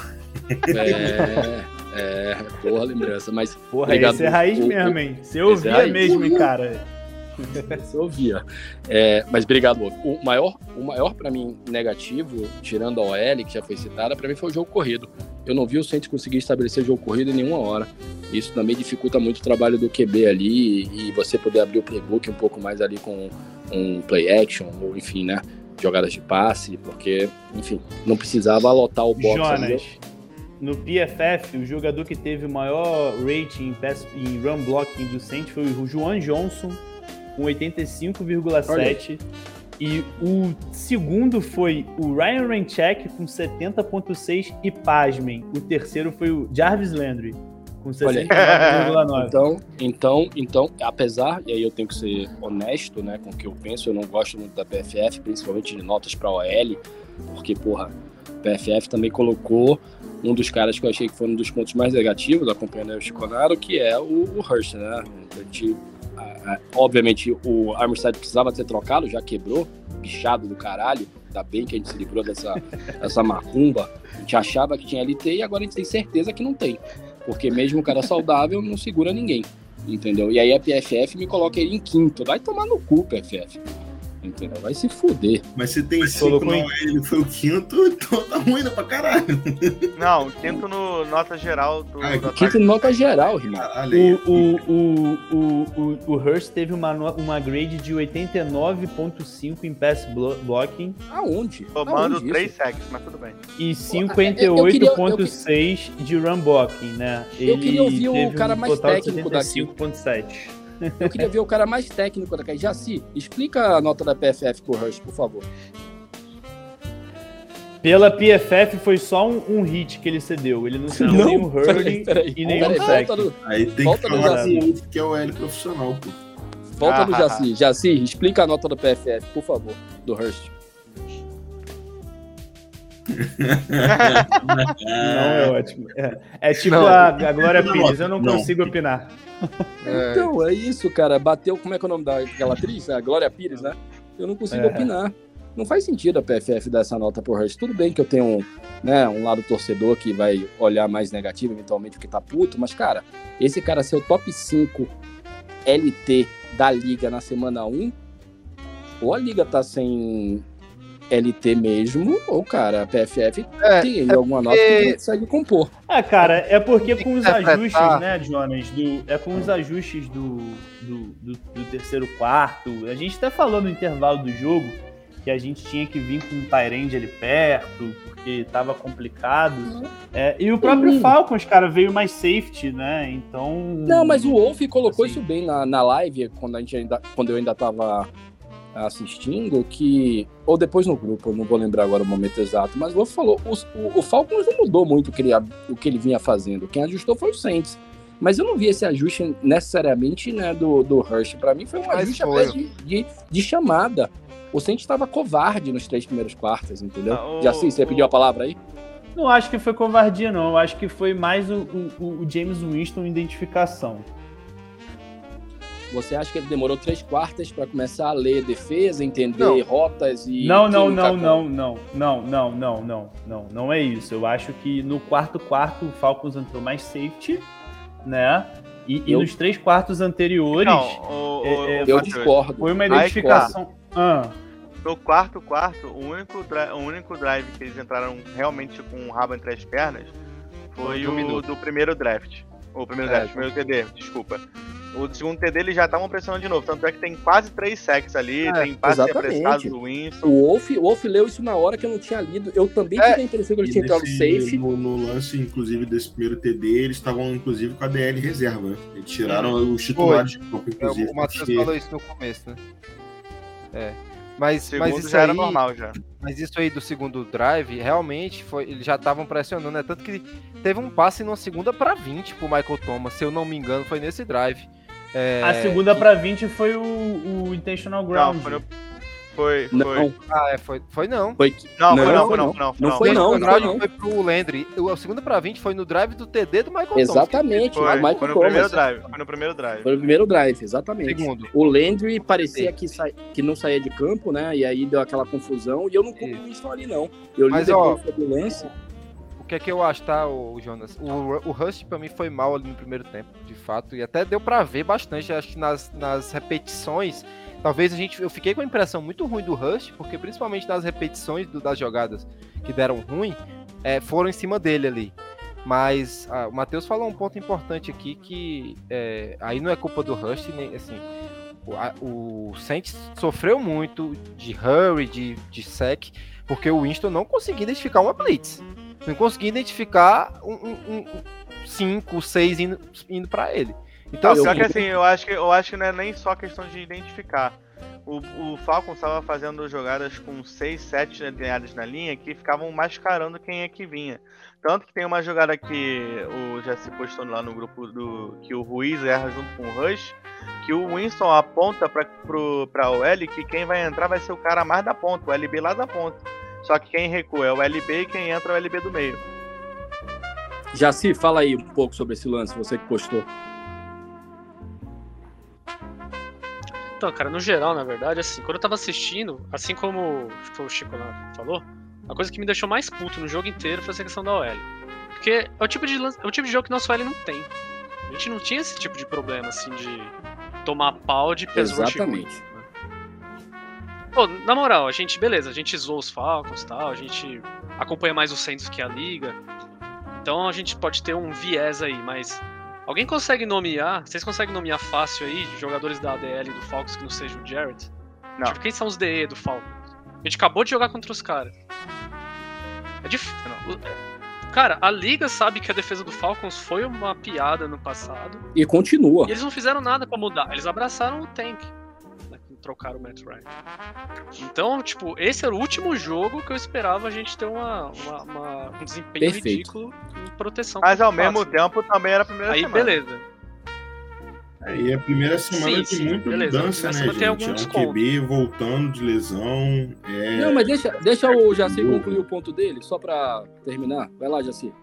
Boa lembrança, mas... Porra, obrigado, esse é raiz o- mesmo, hein? Você esse é ouvia raiz. mesmo, hein, cara? Você ouvia. Mas obrigado, Wolf. O maior para mim negativo, tirando a OL, que já foi citada, para mim foi o jogo corrido. Eu não vi o Saints conseguir estabelecer jogo corrido em nenhuma hora. Isso também dificulta muito o trabalho do QB ali e você poder abrir o playbook um pouco mais ali com um play action, ou enfim, né? Jogadas de passe, porque, enfim, não precisava lotar o box ali. Jonas, no PFF, o jogador que teve o maior rating em run blocking do Saints foi o Juan Johnson, com 85,7. E o segundo foi o Ryan Ramczyk, com 70,6. E pasmem, o terceiro foi o Jarvis Landry, com 69,9. Então, apesar, e aí eu tenho que ser honesto, né, com o que eu penso, eu não gosto muito da PFF, principalmente de notas para OL, porque, porra, a PFF também colocou um dos caras que eu achei que foi um dos pontos mais negativos, acompanhando o Chiconaro, que é o Hurst, né? Obviamente, o Armstead precisava ser trocado, já quebrou, bichado do caralho. Ainda bem que a gente se livrou dessa macumba. A gente achava que tinha LT e agora a gente tem certeza que não tem. Porque mesmo o cara saudável não segura ninguém, entendeu? E aí a PFF me coloca ele em quinto. Vai tomar no cu, PFF. Entendeu? Vai se fuder. Mas se tem 5 na OL, ele foi o quinto, então tá ruim pra caralho. Não, quinto no nota geral do Quinto em nota geral, irmão. O Hurst teve uma grade de 89,5 em pass blocking. Aonde? Tomando Aonde 3 isso? sacks, mas tudo bem. E 58,6 de run blocking, né? Eu queria ouvir o teve cara um mais total de técnico daqui. 75,7. Eu queria ver o cara mais técnico daqui. Jaci, explica a nota da PFF pro Hurst, por favor. Pela PFF foi só um hit que ele cedeu. Ele não cedeu nem o Hurley e nem o sack. Aí tem volta que do falar Jaci. com o que é o L profissional, pô. Volta do Jaci. Jaci, explica a nota da PFF, por favor, do Hurst. Não, é ótimo. É tipo a Glória Pires, eu não consigo opinar. Então, é isso, cara. Bateu, como é que é o nome daquela atriz? A Glória Pires, né? Eu não consigo opinar. Não faz sentido a PFF dar essa nota pro Hurst. Tudo bem que eu tenho um lado torcedor que vai olhar mais negativo, eventualmente, porque tá puto, mas, cara, esse cara ser o top 5 LT da liga na semana 1, ou a liga tá sem LT mesmo, ou, cara, a PFF tem alguma nota que não consegue compor. Cara, é porque com os ajustes, né, Jonas, com os ajustes do terceiro quarto, a gente até falou no intervalo do jogo que a gente tinha que vir com um Tyrande ali perto, porque tava complicado. E o próprio Falcons, cara, veio mais safety, né? Então... Não, mas o Wolf colocou isso bem na live, quando eu ainda tava assistindo, ou depois no grupo, eu não vou lembrar agora o momento exato, mas o Wolf falou, o Falcons não mudou muito o que ele vinha fazendo. Quem ajustou foi o Saints. Mas eu não vi esse ajuste necessariamente, né, do Hurst. Pra mim foi um ajuste até de chamada. O Saints estava covarde nos 3 primeiros quartos, entendeu? Você pediu a palavra aí? Não acho que foi covardia, não. Eu acho que foi mais o James Winston identificação. Você acha que ele demorou 3 quartos para começar a ler defesa, entender rotas e... Não é isso. Eu acho que no quarto o Falcons entrou mais safety, né? E nos 3 quartos anteriores... eu discordo. Foi uma identificação... No quarto, o único drive que eles entraram realmente com o rabo entre as pernas foi o do primeiro draft. O primeiro TD, desculpa. O segundo TD eles já estavam pressionando de novo. Tanto é que tem quase 3 sacks ali, tem passe apressado do Winston. O Wolf leu isso na hora que eu não tinha lido. Eu também tive a impressão que ele tinha entrado safe. No lance, inclusive, desse primeiro TD, eles estavam, inclusive, com a DL reserva. Né? Eles tiraram os titulares de campo, inclusive. O Matheus falou isso no começo, né? Mas Segundo isso já era aí, normal já. Mas isso aí do segundo drive, realmente, eles já estavam pressionando, né? Tanto que teve um passe numa segunda para 20 pro Michael Thomas, se eu não me engano, foi nesse drive. A segunda para 20 foi o intentional ground. Não, foi. Não. Foi não. Foi. Não, Não, foi não. Não foi não. O drive foi pro Landry. A segunda para 20 foi no drive do TD do Michael Exatamente. Foi Michael no Thomas. primeiro drive. Foi no primeiro drive. Foi o primeiro drive, exatamente. Segundo. O Landry parecia que não saía de campo, né? E aí deu aquela confusão. E eu não culpo isso ali, não. Eu li depois do lance. O que é que eu acho, tá, Jonas? O Rush pra mim foi mal ali no primeiro tempo, de fato. E até deu pra ver bastante. Acho que nas repetições... Talvez eu fiquei com a impressão muito ruim do Rush, porque principalmente nas repetições das jogadas que deram ruim, foram em cima dele ali. Mas o Matheus falou um ponto importante aqui, que aí não é culpa do Rush, nem, assim, o Saints sofreu muito de hurry, de sec, porque o Winston não conseguia identificar uma blitz. Não conseguia identificar 5, 6 indo para ele. Então, só que assim, eu acho que não é nem só questão de identificar. O Falcons estava fazendo jogadas com 6, 7 linhadas na linha que ficavam mascarando quem é que vinha. Tanto que tem uma jogada que já se postou lá no grupo que o Ruiz erra junto com o Rush, que o Winston aponta pra OL que quem vai entrar vai ser o cara mais da ponta, o LB lá da ponta. Só que quem recua é o LB e quem entra é o LB do meio. Jaci, fala aí um pouco sobre esse lance, você que postou. Então, cara, no geral, na verdade, assim, quando eu tava assistindo, assim como o Chico lá falou, a coisa que me deixou mais puto no jogo inteiro foi essa questão da OL. Porque é o tipo de jogo que nosso OL não tem. A gente não tinha esse tipo de problema, assim, de tomar pau de pessoas. Exatamente. Pô, na moral, a gente zoa os Falcons e tal, a gente acompanha mais os Saints que a Liga. Então a gente pode ter um viés aí, mas... Alguém consegue nomear? Vocês conseguem nomear fácil aí jogadores da ADL do Falcons que não seja o Jarrett? Não. Tipo, quem são os DE do Falcons? A gente acabou de jogar contra os caras. É difícil. Cara, a Liga sabe que a defesa do Falcons foi uma piada no passado. E continua. E eles não fizeram nada pra mudar. Eles abraçaram o tank. Trocaram o Matt Ryan. Então, tipo, esse era o último jogo que eu esperava a gente ter um desempenho ridículo em proteção. Mas ao mesmo tempo também era a primeira semana. Aí, beleza. E a primeira semana tem muita mudança, né, gente? Tem alguns QB voltando de lesão. Não, mas deixa o Jaci concluir o ponto dele, só pra terminar. Vai lá, Jaci.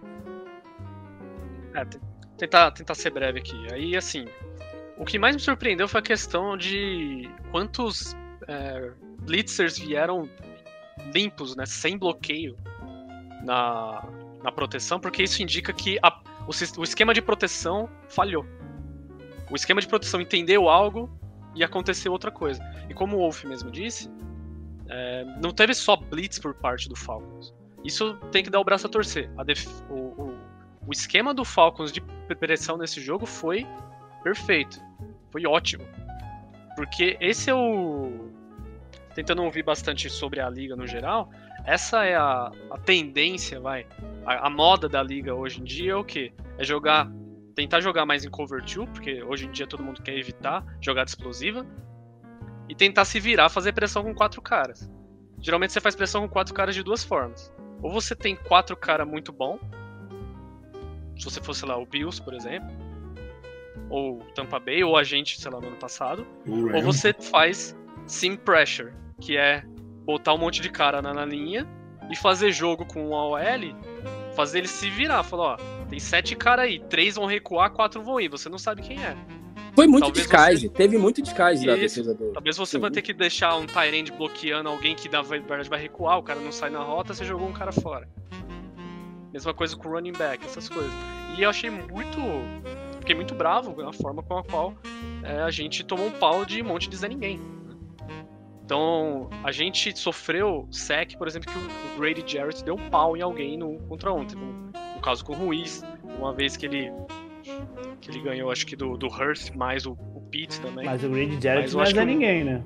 Tentar ser breve aqui. Aí, assim, o que mais me surpreendeu foi a questão de quantos blitzers vieram limpos, né, sem bloqueio na proteção, porque isso indica que o esquema de proteção falhou. O esquema de proteção entendeu algo e aconteceu outra coisa. E como o Wolf mesmo disse, não teve só blitz por parte do Falcons. Isso tem que dar o braço a torcer. O esquema do Falcons de pressão nesse jogo foi perfeito. Foi ótimo. Porque esse é o... Tentando ouvir bastante sobre a liga no geral, essa é a tendência, a moda da liga hoje em dia é o quê? É tentar jogar mais em cover 2, porque hoje em dia todo mundo quer evitar jogada explosiva, e tentar se virar, fazer pressão com 4 caras. Geralmente você faz pressão com 4 caras de duas formas. Ou você tem 4 caras muito bom, se você fosse lá o Bills, por exemplo, ou Tampa Bay, ou a gente, sei lá, no ano passado, ou você faz sim pressure, que é botar um monte de cara na linha e fazer jogo com o OL, fazer ele se virar, falar, ó, tem 7 caras aí, 3 vão recuar, 4 vão ir, você não sabe quem é. Foi muito disguise, teve muito disguise da defesa do... Talvez você vai ter que deixar um tight end bloqueando alguém que na verdade vai recuar, o cara não sai na rota, você jogou um cara fora. Mesma coisa com o running back, essas coisas. E eu achei fiquei muito bravo com a forma com a qual a gente tomou um pau de um monte de Zé Ninguém. Então, a gente sofreu sec, por exemplo, que o Grady Jarrett deu um pau em alguém no 1 contra 1. No caso com o Ruiz, uma vez que ele ganhou, acho que do Hurst, mais o Pitts também. Mas o Grady Jarrett não é Zé Ninguém, né?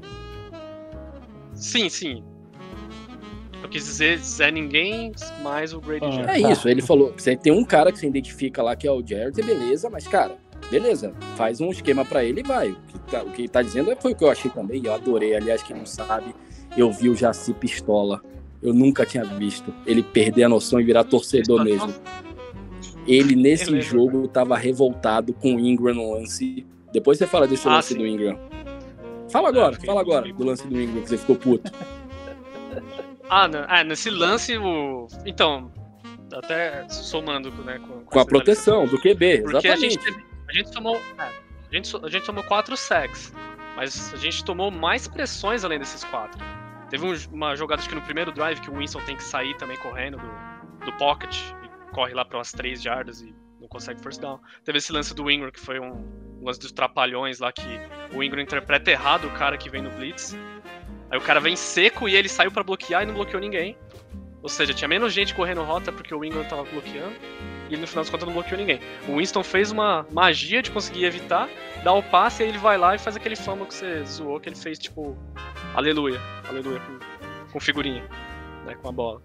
Sim. Eu quis dizer Zé Ninguém mais o Grady Jarrett. É isso, ele falou, você tem um cara que você identifica lá que é o Jarrett, beleza, mas cara, beleza, faz um esquema pra ele e vai. O que ele tá dizendo foi o que eu achei também, eu adorei, aliás, quem não sabe, eu vi o Jaci pistola. Eu nunca tinha visto ele perder a noção e virar torcedor mesmo. Ele, nesse jogo, tava revoltado com o Ingram no lance. Depois você fala desse lance do Ingram. Fala agora do lance do Ingram, que você ficou puto. Nesse lance, então, até somando, né, com a proteção do QB, porque exatamente. A gente tomou 4 sacks, mas a gente tomou mais pressões além desses 4. Teve uma jogada, acho que no primeiro drive, que o Winston tem que sair também correndo do pocket, e corre lá para umas 3 jardas e não consegue first down. Teve esse lance do Ingram, que foi um lance dos trapalhões lá, que o Ingram interpreta errado o cara que vem no blitz. Aí o cara vem seco e ele saiu pra bloquear e não bloqueou ninguém. Ou seja, tinha menos gente correndo rota porque o Ingram tava bloqueando. E no final das contas não bloqueou ninguém. O Winston fez uma magia de conseguir evitar, dá o passe e aí ele vai lá e faz aquele fumble que você zoou, que ele fez tipo... Aleluia com figurinha, né, com a bola.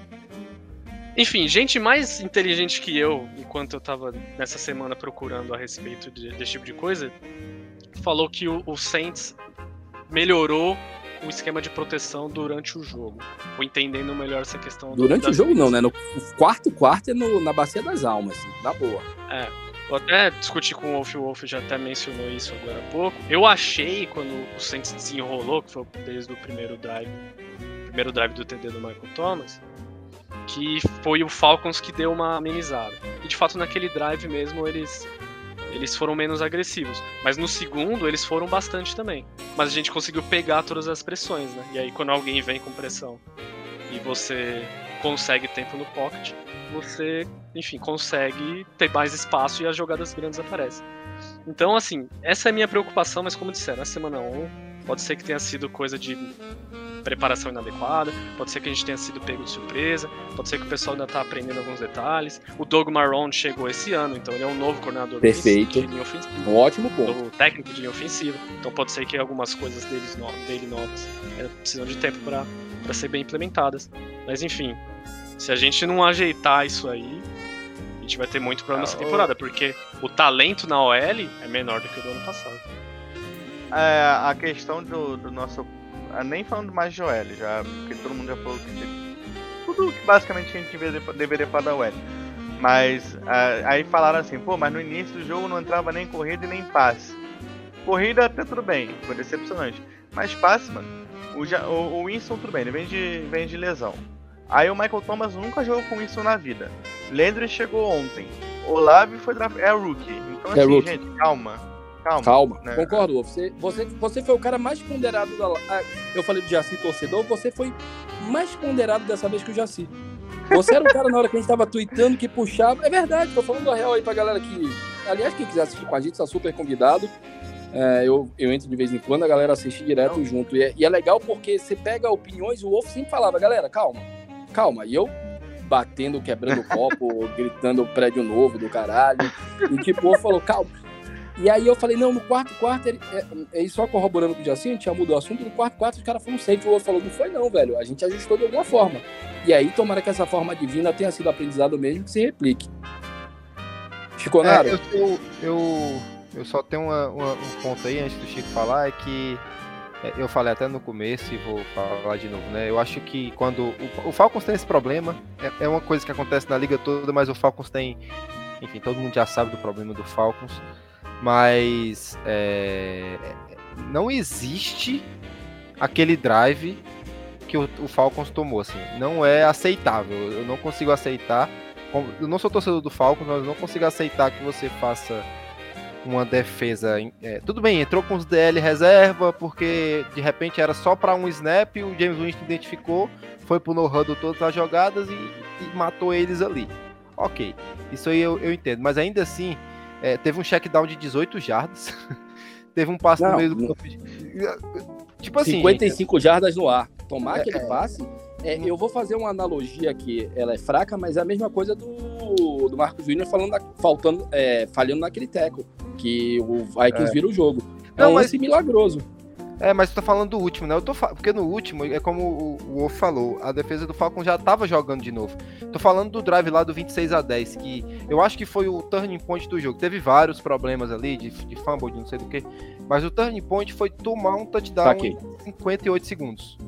Enfim, gente mais inteligente que eu, enquanto eu tava nessa semana procurando a respeito desse tipo de coisa, falou que o Saints melhorou o esquema de proteção durante o jogo. Foi entendendo melhor essa questão. Durante o jogo não, né? No quarto é na Bacia das Almas, na boa. Eu até discuti com o Wolf já até mencionou isso agora há pouco. Eu achei, quando o Saints desenrolou, que foi desde o primeiro drive do TD do Michael Thomas, que foi o Falcons que deu uma amenizada. E de fato naquele drive mesmo eles foram menos agressivos. Mas no segundo eles foram bastante também. Mas a gente conseguiu pegar todas as pressões, né? E aí quando alguém vem com pressão e você consegue tempo no pocket, você, enfim, consegue ter mais espaço e as jogadas grandes aparecem. Então, assim, essa é a minha preocupação, mas como disseram, na semana 1, pode ser que tenha sido coisa de preparação inadequada, pode ser que a gente tenha sido pego de surpresa, pode ser que o pessoal ainda tá aprendendo alguns detalhes. O Doug Marrone chegou esse ano, então ele é um novo coordenador Perfeito. de linha ofensiva. Um ótimo ponto. Novo técnico de linha ofensiva, então pode ser que algumas coisas dele novas precisam de tempo para ser bem implementadas. Mas enfim, se a gente não ajeitar isso aí, a gente vai ter muito problema nessa temporada, porque o talento na OL é menor do que o do ano passado. A questão do nosso... Nem falando mais de OL, já, porque todo mundo já falou que tudo que basicamente a gente deveria falar da OL. Mas aí falaram assim, mas no início do jogo não entrava nem corrida e nem passe. Corrida até tudo bem, foi decepcionante. Mas passe, mano, o Winston tudo bem, ele vem de lesão. Aí o Michael Thomas nunca jogou com isso na vida. Landry chegou ontem. Olave é rookie. Então assim, rookie. Gente, calma. Né? Concordo. Você foi o cara mais ponderado eu falei do Jaci torcedor, você foi mais ponderado dessa vez que o Jaci. Você era o cara na hora que a gente tava tweetando que puxava. É verdade, tô falando a real aí pra galera que... Aliás, quem quiser assistir com a gente tá super convidado. Eu entro de vez em quando, a galera assiste direto junto. E é legal porque você pega opiniões, o Wolf sempre falava, galera, calma. E eu batendo, quebrando o copo, gritando prédio novo do caralho. E tipo, o Wolf falou, calma. E aí eu falei, não, no quarto, ele só corroborando com o Jaci, a gente já mudou o assunto, no quarto, os caras foram safe. O Wolf falou, não foi não, velho, a gente ajustou de alguma forma. E aí, tomara que essa forma divina tenha sido aprendizado mesmo, que se replique. Chiconaro? Eu só tenho um ponto aí, antes do Chico falar, é que eu falei até no começo e vou falar de novo, né? Eu acho que quando o Falcons tem esse problema, é uma coisa que acontece na liga toda, mas o Falcons tem... Enfim, todo mundo já sabe do problema do Falcons, mas não existe aquele drive que o Falcons tomou, assim. Não é aceitável, eu não consigo aceitar. Eu não sou torcedor do Falcons, mas eu não consigo aceitar que você faça uma defesa... tudo bem, entrou com os DL reserva, porque de repente era só para um snap, o James Winston identificou, foi pro no-huddle todas as jogadas e matou eles ali. Ok, isso aí eu entendo, mas ainda assim, teve um check down de 18 jardas, teve um passe no meio do campo. Tipo assim... 55 jardas no ar. Tomar aquele passe... eu vou fazer uma analogia aqui, ela é fraca, mas é a mesma coisa do Marcus Williams falhando naquele tackle, que o Vikings vira o jogo. É um lance milagroso. Mas você tá falando do último, né? Porque no último, é como o Wolf falou, a defesa do Falcon já tava jogando de novo. Tô falando do drive lá do 26-10, que eu acho que foi o turning point do jogo. Teve vários problemas ali, de fumble, de não sei do que, mas o turning point foi tomar um touchdown em 58 segundos.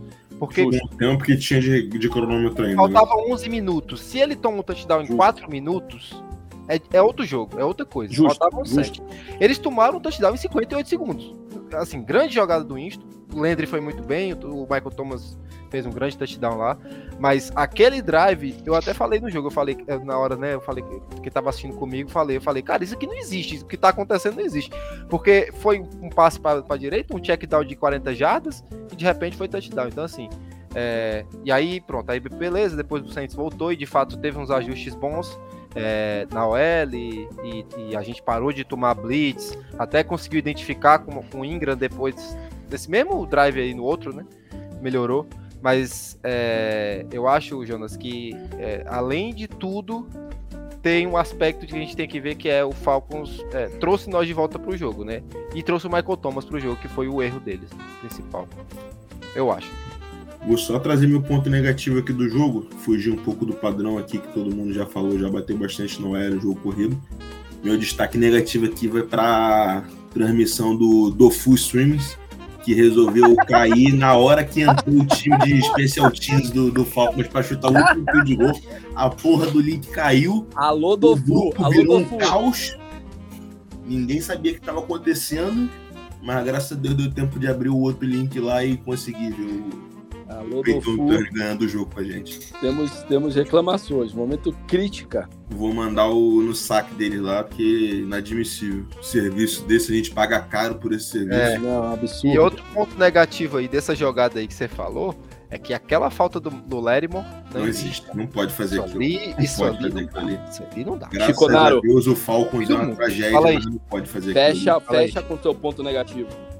Porque O tempo que tinha de cronômetro ainda. né? faltava 11 minutos. Se ele toma um touchdown em 4 minutos, é outro jogo, é outra coisa. Justo, Faltavam 7. Eles tomaram um touchdown em 58 segundos. Assim, grande jogada do Winston. O Landry foi muito bem, o Michael Thomas fez um grande touchdown lá. Mas aquele drive, eu até falei no jogo, eu falei na hora, né? Eu falei que tava assistindo comigo, eu falei, cara, isso aqui não existe, isso que tá acontecendo não existe. Porque foi um passe pra direita, um check down de 40 jardas, e de repente foi touchdown. Então, assim. E aí, pronto, aí beleza, depois o Saints voltou e de fato teve uns ajustes bons na OL e a gente parou de tomar blitz, até conseguiu identificar com o Ingram depois desse mesmo drive aí no outro, né? Melhorou, mas eu acho, Jonas, que além de tudo tem um aspecto que a gente tem que ver que é o Falcons trouxe nós de volta pro jogo, né? E trouxe o Michael Thomas pro jogo, que foi o erro deles, principal, eu acho. Vou só trazer meu ponto negativo aqui do jogo, fugir um pouco do padrão aqui que todo mundo já falou, já bateu bastante no aéreo, jogo corrido. Meu destaque negativo aqui vai para transmissão do Dofu Streams, que resolveu cair na hora que entrou o time de Special Teams do Falcons para chutar o último field de gol. A porra do link caiu. Alô, O Dofu. grupo Alô, virou Dofu. um caos. Ninguém sabia o que estava acontecendo, mas graças a Deus deu tempo de abrir o outro link lá e conseguir ver Alô, o Peyton Dofu. Turner ganhando o jogo com a gente. Temos reclamações. Momento crítica. Vou mandar no saque dele lá, porque é inadmissível. O serviço desse, a gente paga caro por esse serviço. Não, absurdo. E outro ponto negativo aí dessa jogada aí que você falou é que aquela falta do Lattimore Não existe, não pode fazer Isso aquilo. ali, Não isso pode ali fazer não aquilo ali. dá. Isso ali não dá. Graças Chiconaro. a Deus, o Falcons deu uma Fala tragédia, aí. mas não pode fazer aquilo. Fecha com o teu ponto negativo.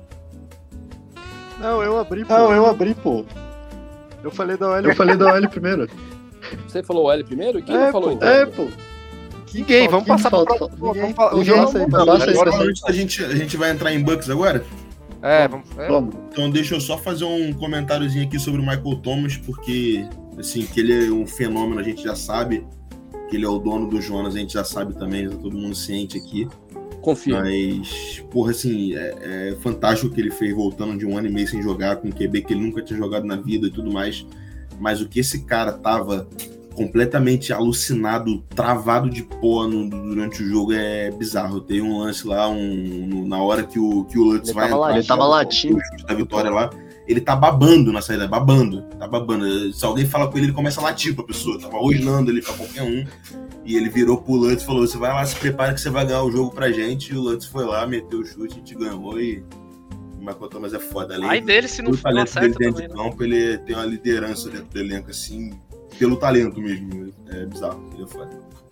Não, eu abri, pô. Eu falei da OL primeiro. Você falou o L primeiro? Quem não falou então? pô. Ninguém, vamos passar pro falta? próximo. Ninguém. Vamos falar- O Ninguém jogo. passa aí, Não, passa aí, agora passa aí. antes a gente vai entrar em Bucks agora? Vamos. Vamos. Então deixa eu só fazer um comentáriozinho aqui sobre o Michael Thomas, porque assim, que ele é um fenômeno, a gente já sabe, que ele é o dono do Jonas, a gente já sabe também, tá todo mundo ciente aqui. Confio. Mas, porra, assim, é fantástico o que ele fez voltando de 1 ano e meio sem jogar, com um QB que ele nunca tinha jogado na vida e tudo mais. Mas o que esse cara tava completamente alucinado, travado de pó durante o jogo é bizarro. Tem um lance lá, na hora que o Lutz Ele vai tava lá, entrar, ele tava latindo. o chute da vitória lá, ele tá babando na saída, tá babando. Se alguém fala com ele, ele começa a latir pra pessoa, tava rosnando ali pra qualquer um. E ele virou pro Lutz e falou: você vai lá, se prepara que você vai ganhar o jogo pra gente. E o Lutz foi lá, meteu o chute, a gente ganhou e o Michael Thomas é foda. Ai dele se não O for talento dele certo dentro também, de né? campo, ele tem uma liderança dentro do elenco, assim, pelo talento mesmo. É bizarro, ele é foda.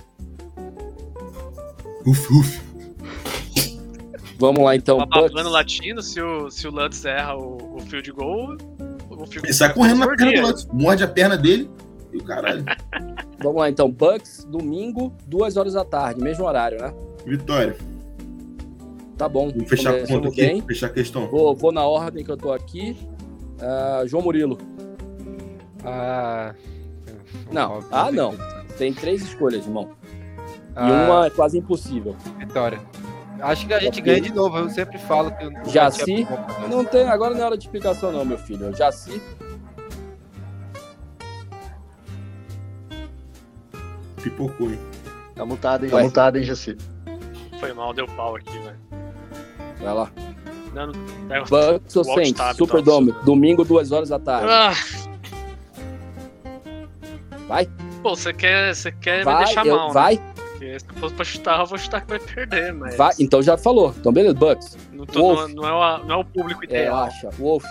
Uf. Vamos lá então. Tá Bucks. babando latino, se o Lutz erra o field goal, o field Ele sai correndo na perna sorteia. do Lutz, morde a perna dele e o caralho. Vamos lá então. Bucks, domingo, 2h da tarde, mesmo horário, né? Vitória. Tá bom. Vamos fechar a conta Começamos aqui, bem. fechar a questão. Vou na ordem que eu tô aqui. João Murilo. Não. Não. Tem 3 escolhas, irmão. E uma é quase impossível. Vitória. Acho que a gente ganha de novo. Eu sempre falo que o Jaci. Não tem, agora não é hora de explicação, não, meu filho. Eu Jaci. Pipocou, hein? Tá mutado, hein? Ué. Tá mutado, hein, Jaci? Foi mal, deu pau aqui, velho. Vai lá. Não, pega Bucks ou o alt Saints? tab, Superdome. tá? Domingo, 2h da tarde. Ah, Vai. pô, você quer me Vai. deixar mal, né? Vai. Porque se fosse pra chutar, eu vou chutar que vai perder, mas... Vai. Então já falou. Então beleza, Bucks. Wolf. Não é o público ideal. Acha. Wolf.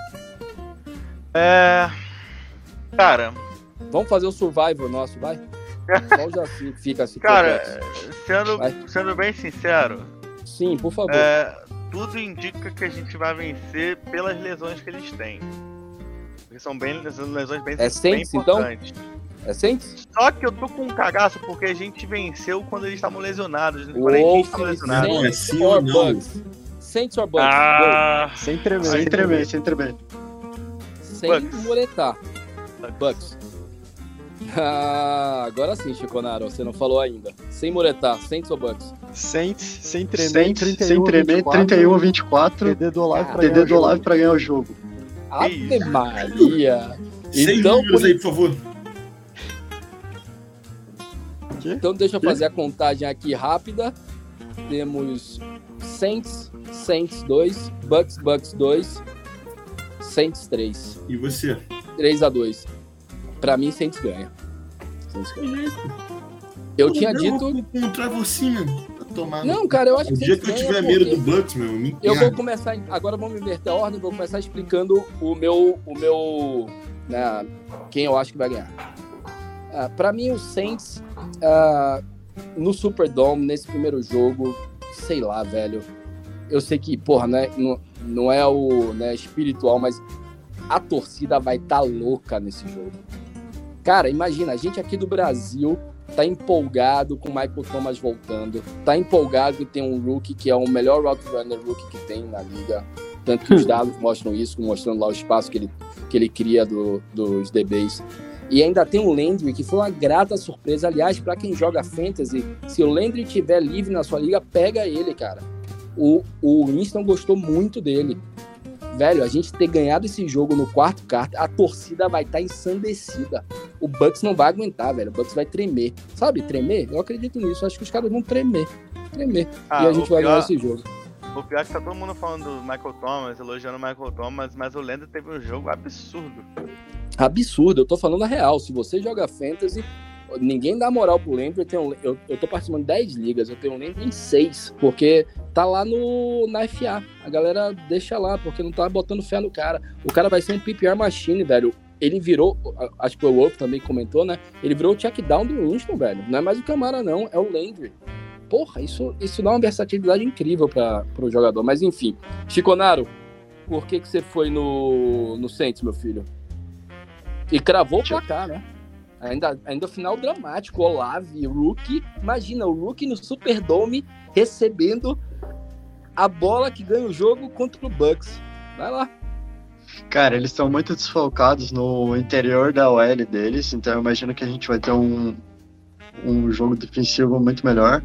Cara, Vamos fazer o Survivor nosso, vai? Só o Jaci fica assim. cara, Vai. sendo bem sincero, Sim, por favor. tudo indica que a gente vai vencer pelas lesões que eles têm. Porque são lesões bem, É bem Saints, então? importantes. É Saints? Só que eu tô com um cagaço porque a gente venceu quando eles estavam lesionados. Quando a Wolf, gente tava lesionado. Não, é Saints sim or ou não? Bucks? Saints or Bucks? Ah, Sem tremer, Sem sem tremer, tremer. sem tremer. Sem Bucks. muretar. Bucks. Agora sim, Chiconaro, você não falou ainda. Sem muretar, Saints ou Bucks? Saints, sem tremer, Saints, 31 a 24. 31 a 24. TD do Olave pra TD ganhar o do jogo. Olave pra ganhar o jogo. Ave Maria. 6 Então, números aí, por favor. Então deixa eu fazer a contagem aqui rápida. Temos Saints 2, Bucks 2, Saints 3. E você? 3-2. Pra mim, Saints ganha. Eu tinha dito... Contra você, mano. Tomar Não, cara, eu acho que o dia Saints que eu ganha tiver medo porque- do Bucks, meu, me Eu enterra. vou começar... Agora vamos inverter a ordem. Vou começar explicando o meu né, quem eu acho que vai ganhar. Pra mim, o Saints... no Superdome, nesse primeiro jogo, sei lá, velho. Eu sei que, porra, né, não é o né, espiritual, mas a torcida vai estar louca nesse jogo. Cara, imagina, a gente aqui do Brasil tá empolgado com o Michael Thomas voltando, tá empolgado que tem um rookie que é o melhor route runner rookie que tem na liga. Tanto que os dados mostram isso, mostrando lá o espaço que ele cria dos DBs. E ainda tem o Landry, que foi uma grata surpresa. Aliás, para quem joga Fantasy, se o Landry estiver livre na sua liga, pega ele, cara. O Winston gostou muito dele. Velho, a gente ter ganhado esse jogo no quarto quarto, a torcida vai estar ensandecida. O Bucks não vai aguentar, velho. O Bucks vai tremer. Sabe, tremer? Eu acredito nisso. Acho que os caras vão tremer. E a gente vai ganhar esse jogo. O pior é que tá todo mundo falando do Michael Thomas, elogiando o Michael Thomas, mas o Landry teve um jogo absurdo. Absurdo, eu tô falando a real. Se você joga Fantasy, ninguém dá moral pro Landry. Eu tô participando de 10 ligas, eu tenho o Landry em 6, porque tá lá na FA. A galera deixa lá, porque não tá botando fé no cara. O cara vai ser um PPR machine, velho. Ele virou, acho que o Wolf também comentou, né? Ele virou o check down do Winston, velho. Não é mais o Camara, não, é o Landry. Porra, isso dá uma versatilidade incrível pro jogador. Mas enfim, Chiconaro, por que você foi no Saints, meu filho? E cravou o placar, né? Ainda final dramático, Olave, Rookie. Imagina, o Rookie no Superdome recebendo a bola que ganha o jogo contra o Bucks. Vai lá. Cara, eles estão muito desfalcados no interior da OL deles, então eu imagino que a gente vai ter um jogo defensivo muito melhor.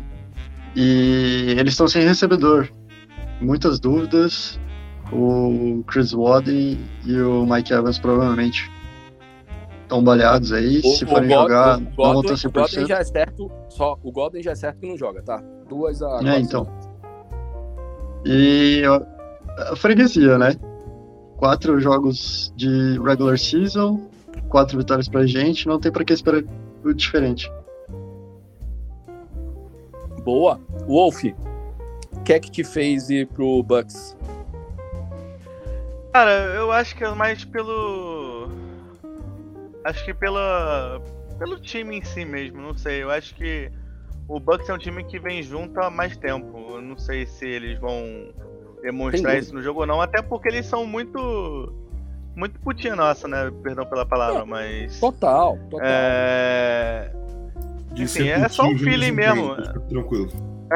E eles estão sem recebedor. Muitas dúvidas. O Chris Waddle e o Mike Evans provavelmente estão baleados aí. Se forem jogar, não vão estar 100%. O Godwin já é certo, o Godwin já é certo que não joga, tá? 2 a 4. Então. E a freguesia, né? 4 jogos de regular season, 4 vitórias pra gente, não tem pra que esperar o diferente. Boa. Wolf, o que é que te fez ir pro Bucks? Cara, eu acho que é mais pelo... Acho que pelo time em si mesmo, não sei. Eu acho que o Bucks é um time que vem junto há mais tempo. Eu não sei se eles vão demonstrar isso no jogo ou não, até porque eles são muito putinha nossa, né? Perdão pela palavra, mas... Total. Enfim, é só um feeling mesmo. Tranquilo.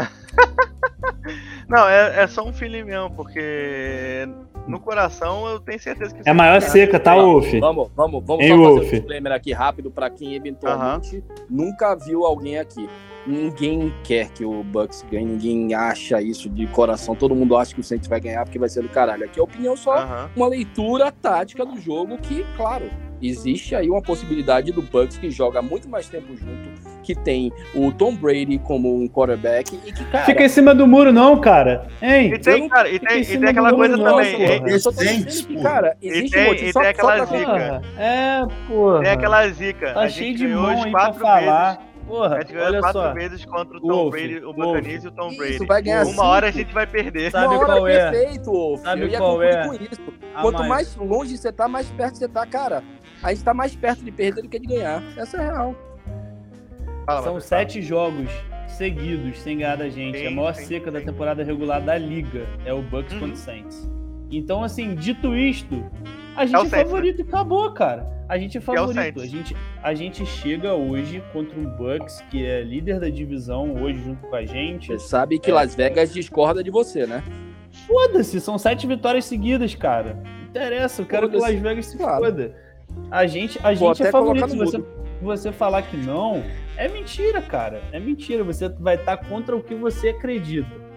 Não, é só um feeling mesmo, porque no coração eu tenho certeza que... É a maior seca, tá, Wolf? Vamos Hein, só Wolf? fazer um disclaimer aqui rápido pra quem eventualmente nunca viu alguém aqui. Ninguém quer que o Bucks ganhe, ninguém acha isso de coração. Todo mundo acha que o Saints vai ganhar porque vai ser do caralho. Aqui é opinião só, uma leitura tática do jogo que, claro, existe aí uma possibilidade do Bucks que joga muito mais tempo junto, que tem o Tom Brady como um quarterback e que, cara... Fica em cima do muro não, cara. Hein? E tem, cara, e tem aquela coisa também. Eu só tô dizendo que, cara, existe um motivo só aquela pra... zica. Porra. Tem aquela zica. Tá A cheio gente de ganhou mão os aí pra 4 falar. vezes. Porra, A gente ganhou olha 4 só. vezes contra o Tom Wolf, Brady, o Buccaneers e o Tom Brady. Isso, vai ganhar Uma hora a gente vai perder. Sabe Uma hora qual é? perfeito, Wolf. Sabe Eu ia qual concluir é? com isso. Quanto mais longe você tá, mais perto você tá, cara. A gente tá mais perto de perder do que de ganhar. Essa é a real. São 7 jogos seguidos sem ganhar da gente. Sim, a maior sim, seca da sim. temporada regular da liga é o Bucks contra o Saints. Então, assim, dito isto, a gente o é Saints, favorito e acabou, cara. A gente é o favorito. Saints. A gente chega hoje contra um Bucks que é líder da divisão hoje junto com a gente. Você sabe que Las Vegas discorda de você, né? Foda-se, são 7 vitórias seguidas, cara. Não interessa, eu quero que Foda-se. Las Vegas se Claro. foda. A gente Vou é até favorito. colocar no Se você falar que não, é mentira, cara. É mentira. Você vai estar contra o que você acredita.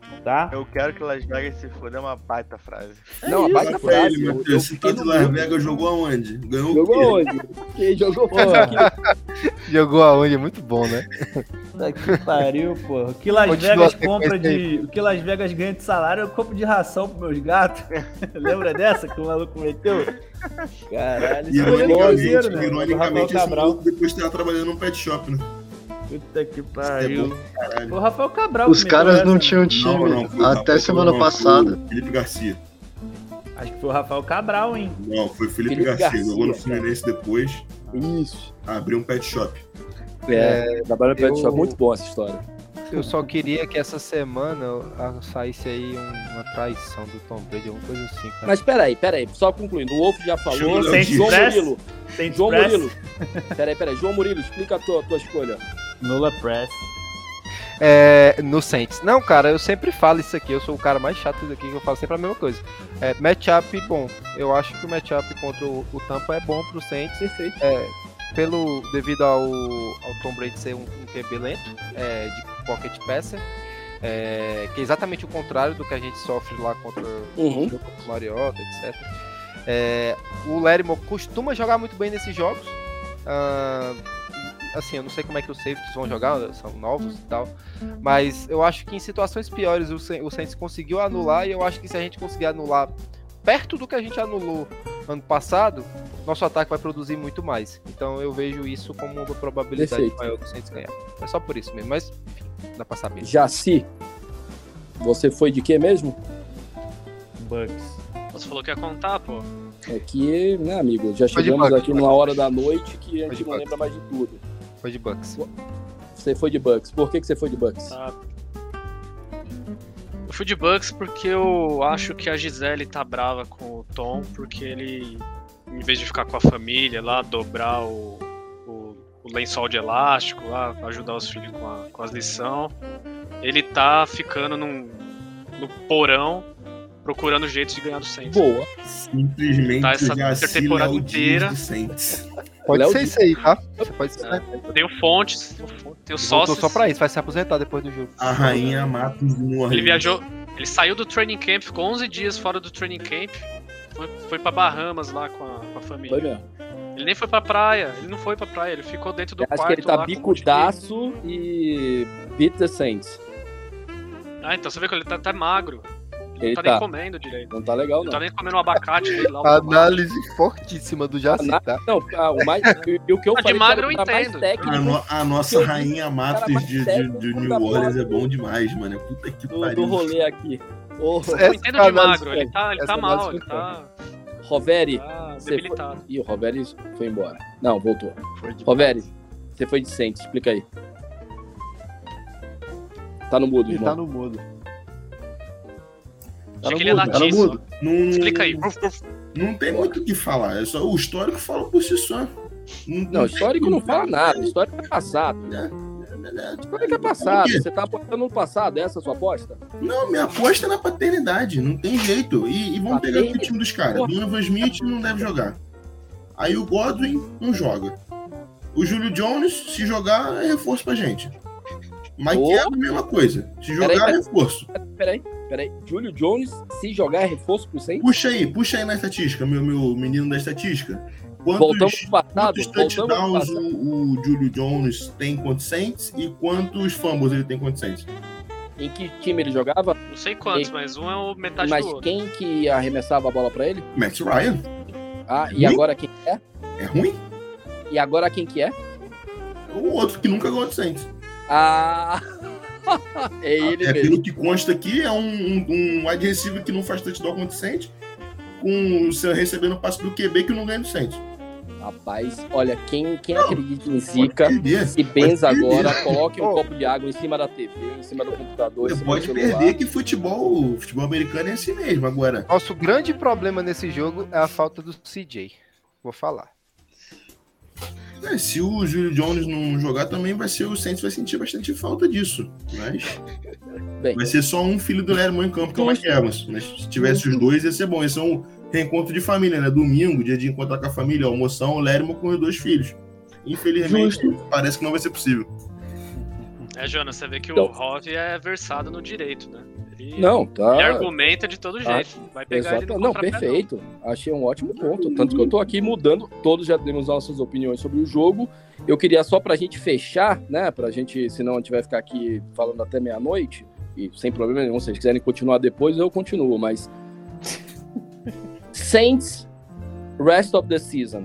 tá? Eu quero que Las Vegas se foda, é uma baita frase. Não, a baita Pra frase. ele, Eu Matheus. Esse fiquei tal no de Las mundo. Vegas jogou aonde? Ganhou o Jogou quê? onde? Quem jogou Pô, Jogou aonde? É muito bom, né? puta que pariu, pô. O que Las Continua Vegas a sequência compra aí. de. O que Las Vegas ganha de salário, eu compro de ração pros meus gatos. Lembra dessa que o maluco meteu? Caralho, isso foi Ironicamente, né? ironicamente esse Cabral. maluco depois tava trabalhando num pet shop, né? Puta que Isso é pariu. bom pra caralho. Foi o Rafael Cabral. Os que meteu caras essa, não né? tinham time Não, foi o até Rafael, semana não, passada. foi o Felipe Garcia. Acho que foi o Rafael Cabral, hein? Não, foi o Felipe Felipe Garcia. Garcia, Jogou no cara. Fluminense depois, Isso. abriu um pet shop. Trabalho no Pet eu- Shop. Muito bom essa história. Eu só queria que essa semana saísse aí uma traição do Tom Brady, alguma coisa assim, cara. Mas peraí. Só concluindo. O Wolf já falou. Chegou Saints João Press? Murilo. Saints João Press? Murilo. Peraí. João Murilo, explica a tua escolha. Nula Press. No Saints. Não, cara, eu sempre falo isso aqui. Eu sou o cara mais chato daqui, que eu falo sempre a mesma coisa. Matchup bom. Eu acho que o matchup contra o Tampa é bom pro Saints. Perfeito. Devido ao Tom Brady ser um QB lento, de pocket passer, que é exatamente o contrário do que a gente sofre lá contra Uhum. o Mariota, etc. O Lattimore costuma jogar muito bem nesses jogos. Assim, eu não sei como é que os safeties vão jogar, são novos e tal, mas eu acho que em situações piores o Saints conseguiu anular, e eu acho que se a gente conseguir anular perto do que a gente anulou ano passado, nosso ataque vai produzir muito mais. Então eu vejo isso como uma probabilidade Perfeito. maior do Saints ganhar. É só por isso mesmo, mas enfim, dá pra saber. Jaci, você foi de quê mesmo? Bucks. Você falou que ia contar, pô. É que, né, amigo, já Foi de chegamos Bucks, aqui numa hora da noite que a Foi de gente não Bucks. lembra mais de tudo. Foi de Bucks. Você foi de Bucks. Por que você foi de Bucks? Tá. Eu fui de Bucks porque eu acho que a Gisele tá brava com o Tom, porque ele, em vez de ficar com a família lá, dobrar o lençol de elástico lá, ajudar os filhos com as lições, ele tá ficando no porão procurando jeitos de ganhar do Saints. Boa. Simplesmente Tá essa já temporada Léo inteira. Dias do Saints. Pode Léo ser Dias. isso aí, tá? Você pode ser. Eu tenho fontes, tenho Voltou sócios. só pra isso, vai se aposentar depois do jogo. A rainha Matos do New Orleans. Ele viajou, ele saiu do training camp, ficou 11 dias fora do training camp, foi pra Bahamas lá com a Foi família. mesmo. Ele nem foi pra praia, ele não foi pra praia, ele ficou dentro do Acho quarto que ele tá lá com um monte de- bicudaço e beat the Saints. Ah, então você vê que ele tá até magro. Ele Não tá nem tá. comendo direito. Não tá legal, Não não. tá nem comendo o abacate dele lá. o tomate. Análise fortíssima do Jaci, tá? Não, o mais, e o que eu Ah, de falei magro que eu era mais entendo. técnico A nossa Eu vi rainha Matos mais de técnico New da Orleans bola. é bom demais, mano. Puta que do pariu. rolê aqui. Ô, Eu entendo de magro, ele tá Essa mal, análise ele tá Roveri, você debilitado. Ih, o Roveri foi embora. Não, voltou. Foi de Roveri, você foi de Saints, explica aí. Tá no mudo, Ele irmão. tá no mudo. Achei que ele ia Tá no latir só. mudo. Não, Explica aí. Não tem muito o que falar. É só, o histórico fala por si só. Não, histórico não fala nada. Histórico é passado. Histórico é passado. Você tá apostando no passado, essa é a sua aposta? Não, minha aposta é na paternidade. Não tem jeito. E vamos pegar aqui o time dos caras. Donovan Smith não deve jogar. Aí o Godwin não joga. O Julio Jones, se jogar, é reforço pra gente. Mike é a mesma coisa. Se jogar, Peraí, é reforço. Peraí. Julio Jones, se jogar é reforço pro Saints? Puxa aí na estatística, meu menino da estatística. Voltamos pro passado? Quantos Voltamos pro touchdowns passado. o Julio Jones tem contra o Saints e quantos fumbles ele tem contra o Saints? Em que time ele jogava? Não sei quantos, mas um é o metade Mas do outro. quem que arremessava a bola pra ele? Matt Ryan. Ah, e Ruim? agora quem que é? É ruim? E agora quem que é? O outro que nunca ganhou do Saints. Ah! É ele É, mesmo. pelo que consta aqui, é um wide receiver que não faz touchdown contra o Saints, recebendo o passe do QB que não ganha do Saints. Rapaz, olha, quem acredita em Pode Zica, perder. se benza Pode perder. agora, coloque um Oh. copo de água em cima da TV, em cima do computador, em Você cima pode do celular. perder que futebol americano é assim mesmo. Agora, Nosso grande problema nesse jogo é a falta do CJ. Vou falar. se o Julio Jones não jogar também, o Saints vai sentir bastante falta disso. Mas Bem. vai ser só um filho do Lerman em campo, que é o Mike Evans. Mas se tivesse os dois, ia ser bom. Ia ser um reencontro de família, né? Domingo, dia de encontrar com a família, almoção, o Lerman com os dois filhos. Infelizmente, parece que não vai ser possível. É, Jonas, você vê que Então. o Rov é versado no direito, né? Não, tá. Ele argumenta de todo jeito. Vai pegar ele no Não, contrapé, perfeito. Achei um ótimo ponto. Tanto que eu tô aqui mudando. Todos já demos nossas opiniões sobre o jogo. Eu queria só pra gente fechar, né? Pra gente, senão a gente vai ficar aqui falando até meia-noite. E sem problema nenhum, se vocês quiserem continuar depois, eu continuo. Mas Saints, rest of the season.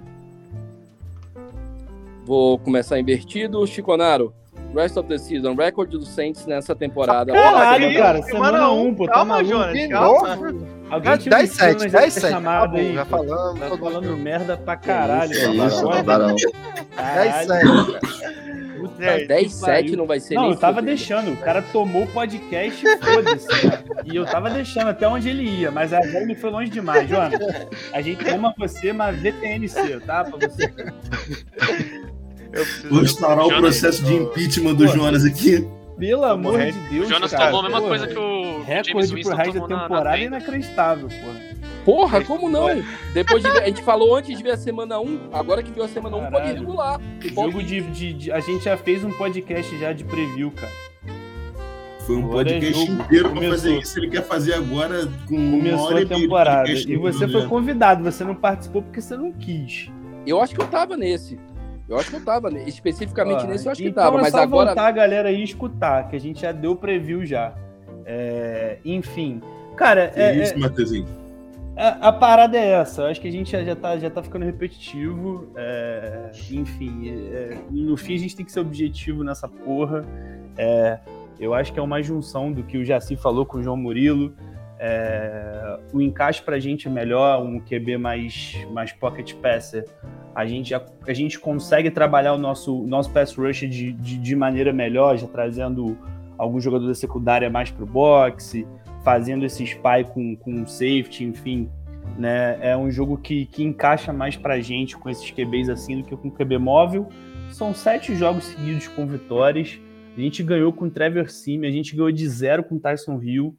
Vou começar invertido. Chiconaro, rest of the season. Recorde do Saints nessa temporada. Caralho, Olha, cara. semana Semana um, 1, pô. Tá calma, maluco. Jonas, calma. Alguém tinha 10-7, 10-7. chamado aí. Já pô. falamos. Tá todo mundo falando viu. merda pra caralho. isso, mano. isso, Agora- não dá não. Caralho. 10-7. Puta E aí, que 10-7 pariu. não vai ser Não, nem eu tava fudendo. deixando. O cara tomou o podcast e foda-se. Cara. E eu tava deixando até onde ele ia, mas agora ele foi longe demais, Jonas. A gente ama você, mas VTNC, tá? Pra você. Eu preciso- Vou instaurar o Jonas- processo de impeachment do Pô. Jonas aqui. Pelo amor morrendo. de Deus, O Jonas cara. tomou a mesma Porra, coisa que o James Recorde pro Winston resto da tomou na temporada é tenda. inacreditável, porra. Porra, como não? Depois de ver, a gente falou antes de ver a semana 1, agora que viu a semana 1, pode Caralho. regular. Jogo a gente já fez um podcast já de preview, cara. Foi um Agora é podcast jogo. inteiro pra Começou. fazer isso. Ele quer fazer agora com uma Começou hora a e meia de temporada. podcast E você no foi ano. convidado, você não participou porque você não quis. Eu acho que eu tava nesse. Especificamente Ó, nesse, eu acho que então tava. é Mas só agora. voltar a galera aí e escutar, que a gente já deu o preview já. Enfim. Cara, Que isso, Matheusinho? a parada é essa. Eu acho que a gente já tá ficando repetitivo. Enfim, no fim a gente tem que ser objetivo nessa porra. Eu acho que é uma junção do que o Jaci falou com o João Murilo. O encaixe pra gente é melhor, um QB mais pocket passer. A gente consegue trabalhar o nosso pass rush de maneira melhor, já trazendo algum jogador da secundária mais pro boxe, fazendo esse spy com safety, enfim. Né? É um jogo que encaixa mais pra gente com esses QBs assim do que com o QB móvel. São 7 jogos seguidos com vitórias. A gente ganhou com o Trevor Siemian, a gente ganhou de 0 com o Tyson Hill.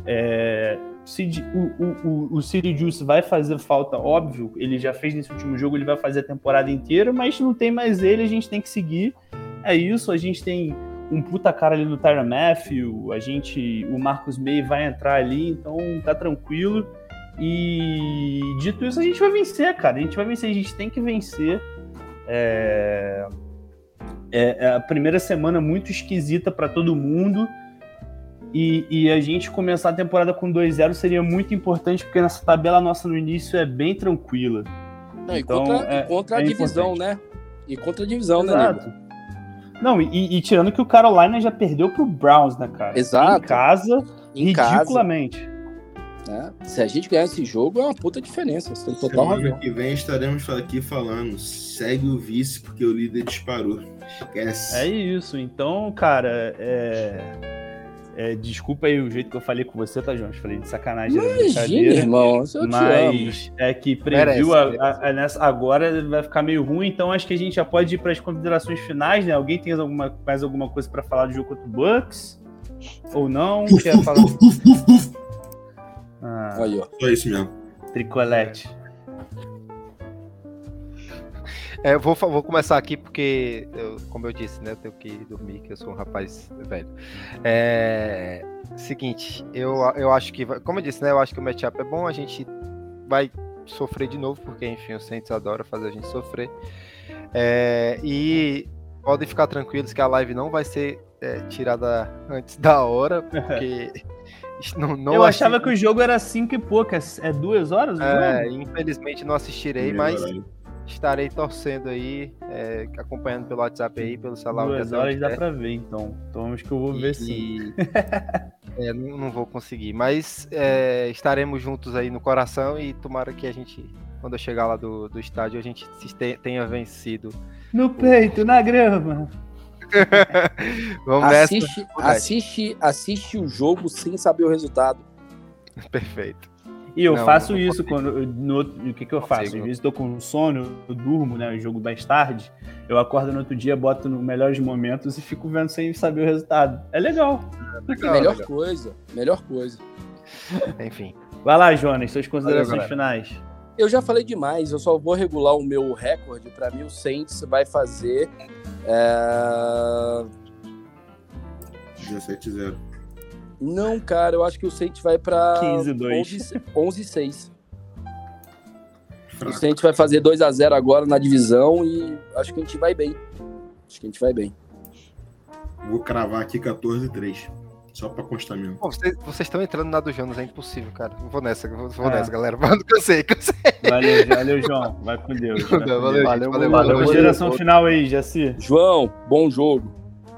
O City Juice vai fazer falta, óbvio. Ele já fez nesse último jogo, ele vai fazer a temporada inteira, mas não tem mais ele, a gente tem que seguir. É isso, a gente tem um puta cara ali no Tyrann Mathieu, o Marcus May vai entrar ali, então tá tranquilo. E dito isso, a gente vai vencer, cara. A gente tem que vencer. É a primeira semana muito esquisita pra todo mundo. E a gente começar a temporada com 2-0 seria muito importante, porque nessa tabela nossa no início é bem tranquila. Não, Então, e contra a divisão, importante. né? E contra a divisão, né, Exato. nego? Não, e tirando que o Carolina já perdeu pro Browns, né, cara? Exato. Em casa, Em casa. ridiculamente. Né? Se a gente ganhar esse jogo, é uma puta diferença. Você tem total Semana razão. que vem estaremos aqui falando. Segue o vice, porque o líder disparou. Esquece. É isso. Então, cara, desculpa aí o jeito que eu falei com você, tá, João? Eu falei de sacanagem. era Imagina, brincadeira. irmão. Eu te amo. Mas é que preview Merece. agora vai ficar meio ruim, então acho que a gente já pode ir para as considerações finais, né? Alguém tem mais alguma coisa para falar do jogo contra o Bucks? Ou não? Quer falar? Aí, ó. Só isso mesmo. Tricolete. Vou começar aqui porque, como eu disse, né, eu tenho que dormir, que eu sou um rapaz velho. Seguinte, eu acho que, como eu disse, né, eu acho que o matchup é bom, a gente vai sofrer de novo, porque, enfim, o Saints adora fazer a gente sofrer. E podem ficar tranquilos que a live não vai ser tirada antes da hora, porque... não eu achava que o jogo era 5 e pouco, é 2 horas o jogo? Infelizmente não assistirei, mas estarei torcendo aí, acompanhando pelo WhatsApp aí, pelo celular. 2 horas dá pra ver, então. Então acho que eu vou ver sim. Não vou conseguir, mas estaremos juntos aí no coração e tomara que a gente, quando eu chegar lá do estádio, a gente tenha vencido. No peito, na grama. Vamos assiste o jogo sem saber o resultado. nessa. Perfeito. E eu faço não isso quando. O que eu faço? Às vezes eu tô com sono, eu durmo, né? Eu jogo mais tarde. Eu acordo no outro dia, boto nos melhores momentos e fico vendo sem saber o resultado. É legal. Melhor coisa. Enfim. Vai lá, Jonas, suas considerações Valeu, finais. Eu já falei demais, eu só vou regular o meu recorde. Pra mim, o Saints vai fazer 17-0. Não, cara, eu acho que o Saints vai pra 15-2. 11-6. O Saints vai fazer 2-0 agora na divisão e acho que a gente vai bem. Vou cravar aqui 14-3. Só pra constar mesmo. Pô, vocês estão entrando na do Jonas, é impossível, cara. Vou nessa, galera. Mano, que eu sei. Valeu, João. Vai com Deus. Valeu. Geração final aí, Jaci. João, bom jogo.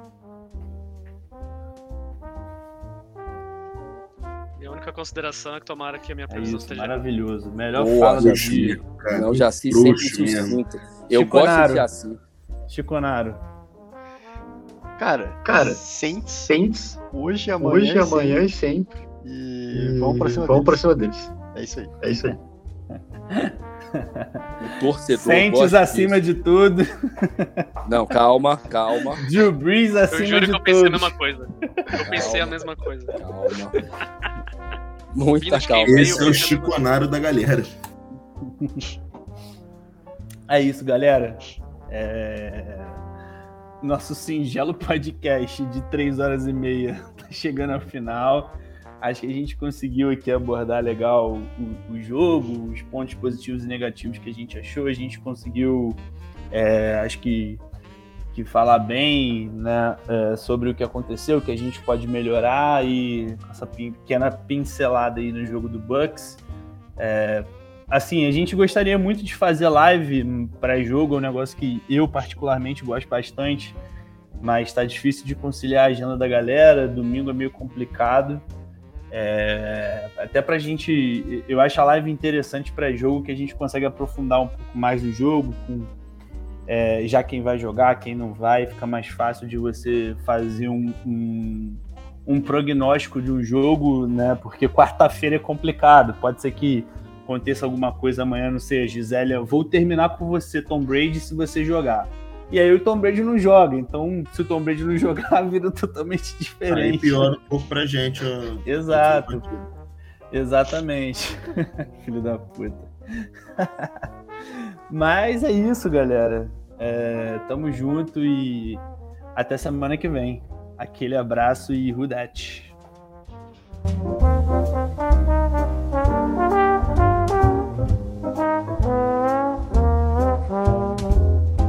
Minha única consideração é que tomara que a minha É previsão isso, esteja maravilhoso. Melhor Boa, fala da Bruxo vida. mesmo, cara. Não, Jaci Bruxo sempre mesmo. sucinto. Eu Chiconaro. gosto de Jaci. Chiconaro. Cara, Saints hoje, amanhã e sempre. E vamos pra cima deles. É isso aí. O torcedor Saints gosta acima disso. de tudo. Não, calma. Drew Brees Eu acima juro de que eu pensei a todos. mesma coisa. Eu pensei a mesma coisa. Calma. Muita Vindo de calma. quem Esse é o chiconaro da galera. É isso, galera. Nosso singelo podcast de 3h30 tá chegando ao final. Acho que a gente conseguiu aqui abordar legal o jogo, os pontos positivos e negativos que a gente achou. A gente conseguiu, acho que falar bem, né, sobre o que aconteceu, o que a gente pode melhorar e essa pequena pincelada aí no jogo do Bucks. Assim, a gente gostaria muito de fazer live pré-jogo, é um negócio que eu particularmente gosto bastante, mas tá difícil de conciliar a agenda da galera, domingo é meio complicado. Até pra gente, eu acho a live interessante pré-jogo, que a gente consegue aprofundar um pouco mais o jogo, com já quem vai jogar, quem não vai, fica mais fácil de você fazer um prognóstico de um jogo, né? Porque quarta-feira é complicado, pode ser que aconteça alguma coisa amanhã, não sei, Gisélia, vou terminar com você, Tom Brady, se você jogar. E aí o Tom Brady não joga, então se o Tom Brady não jogar, a vida é totalmente diferente. Aí piora um pouco pra gente. Exato. Exatamente. Filho da puta. Mas é isso, galera. Tamo junto e até semana que vem. Aquele abraço e who dat?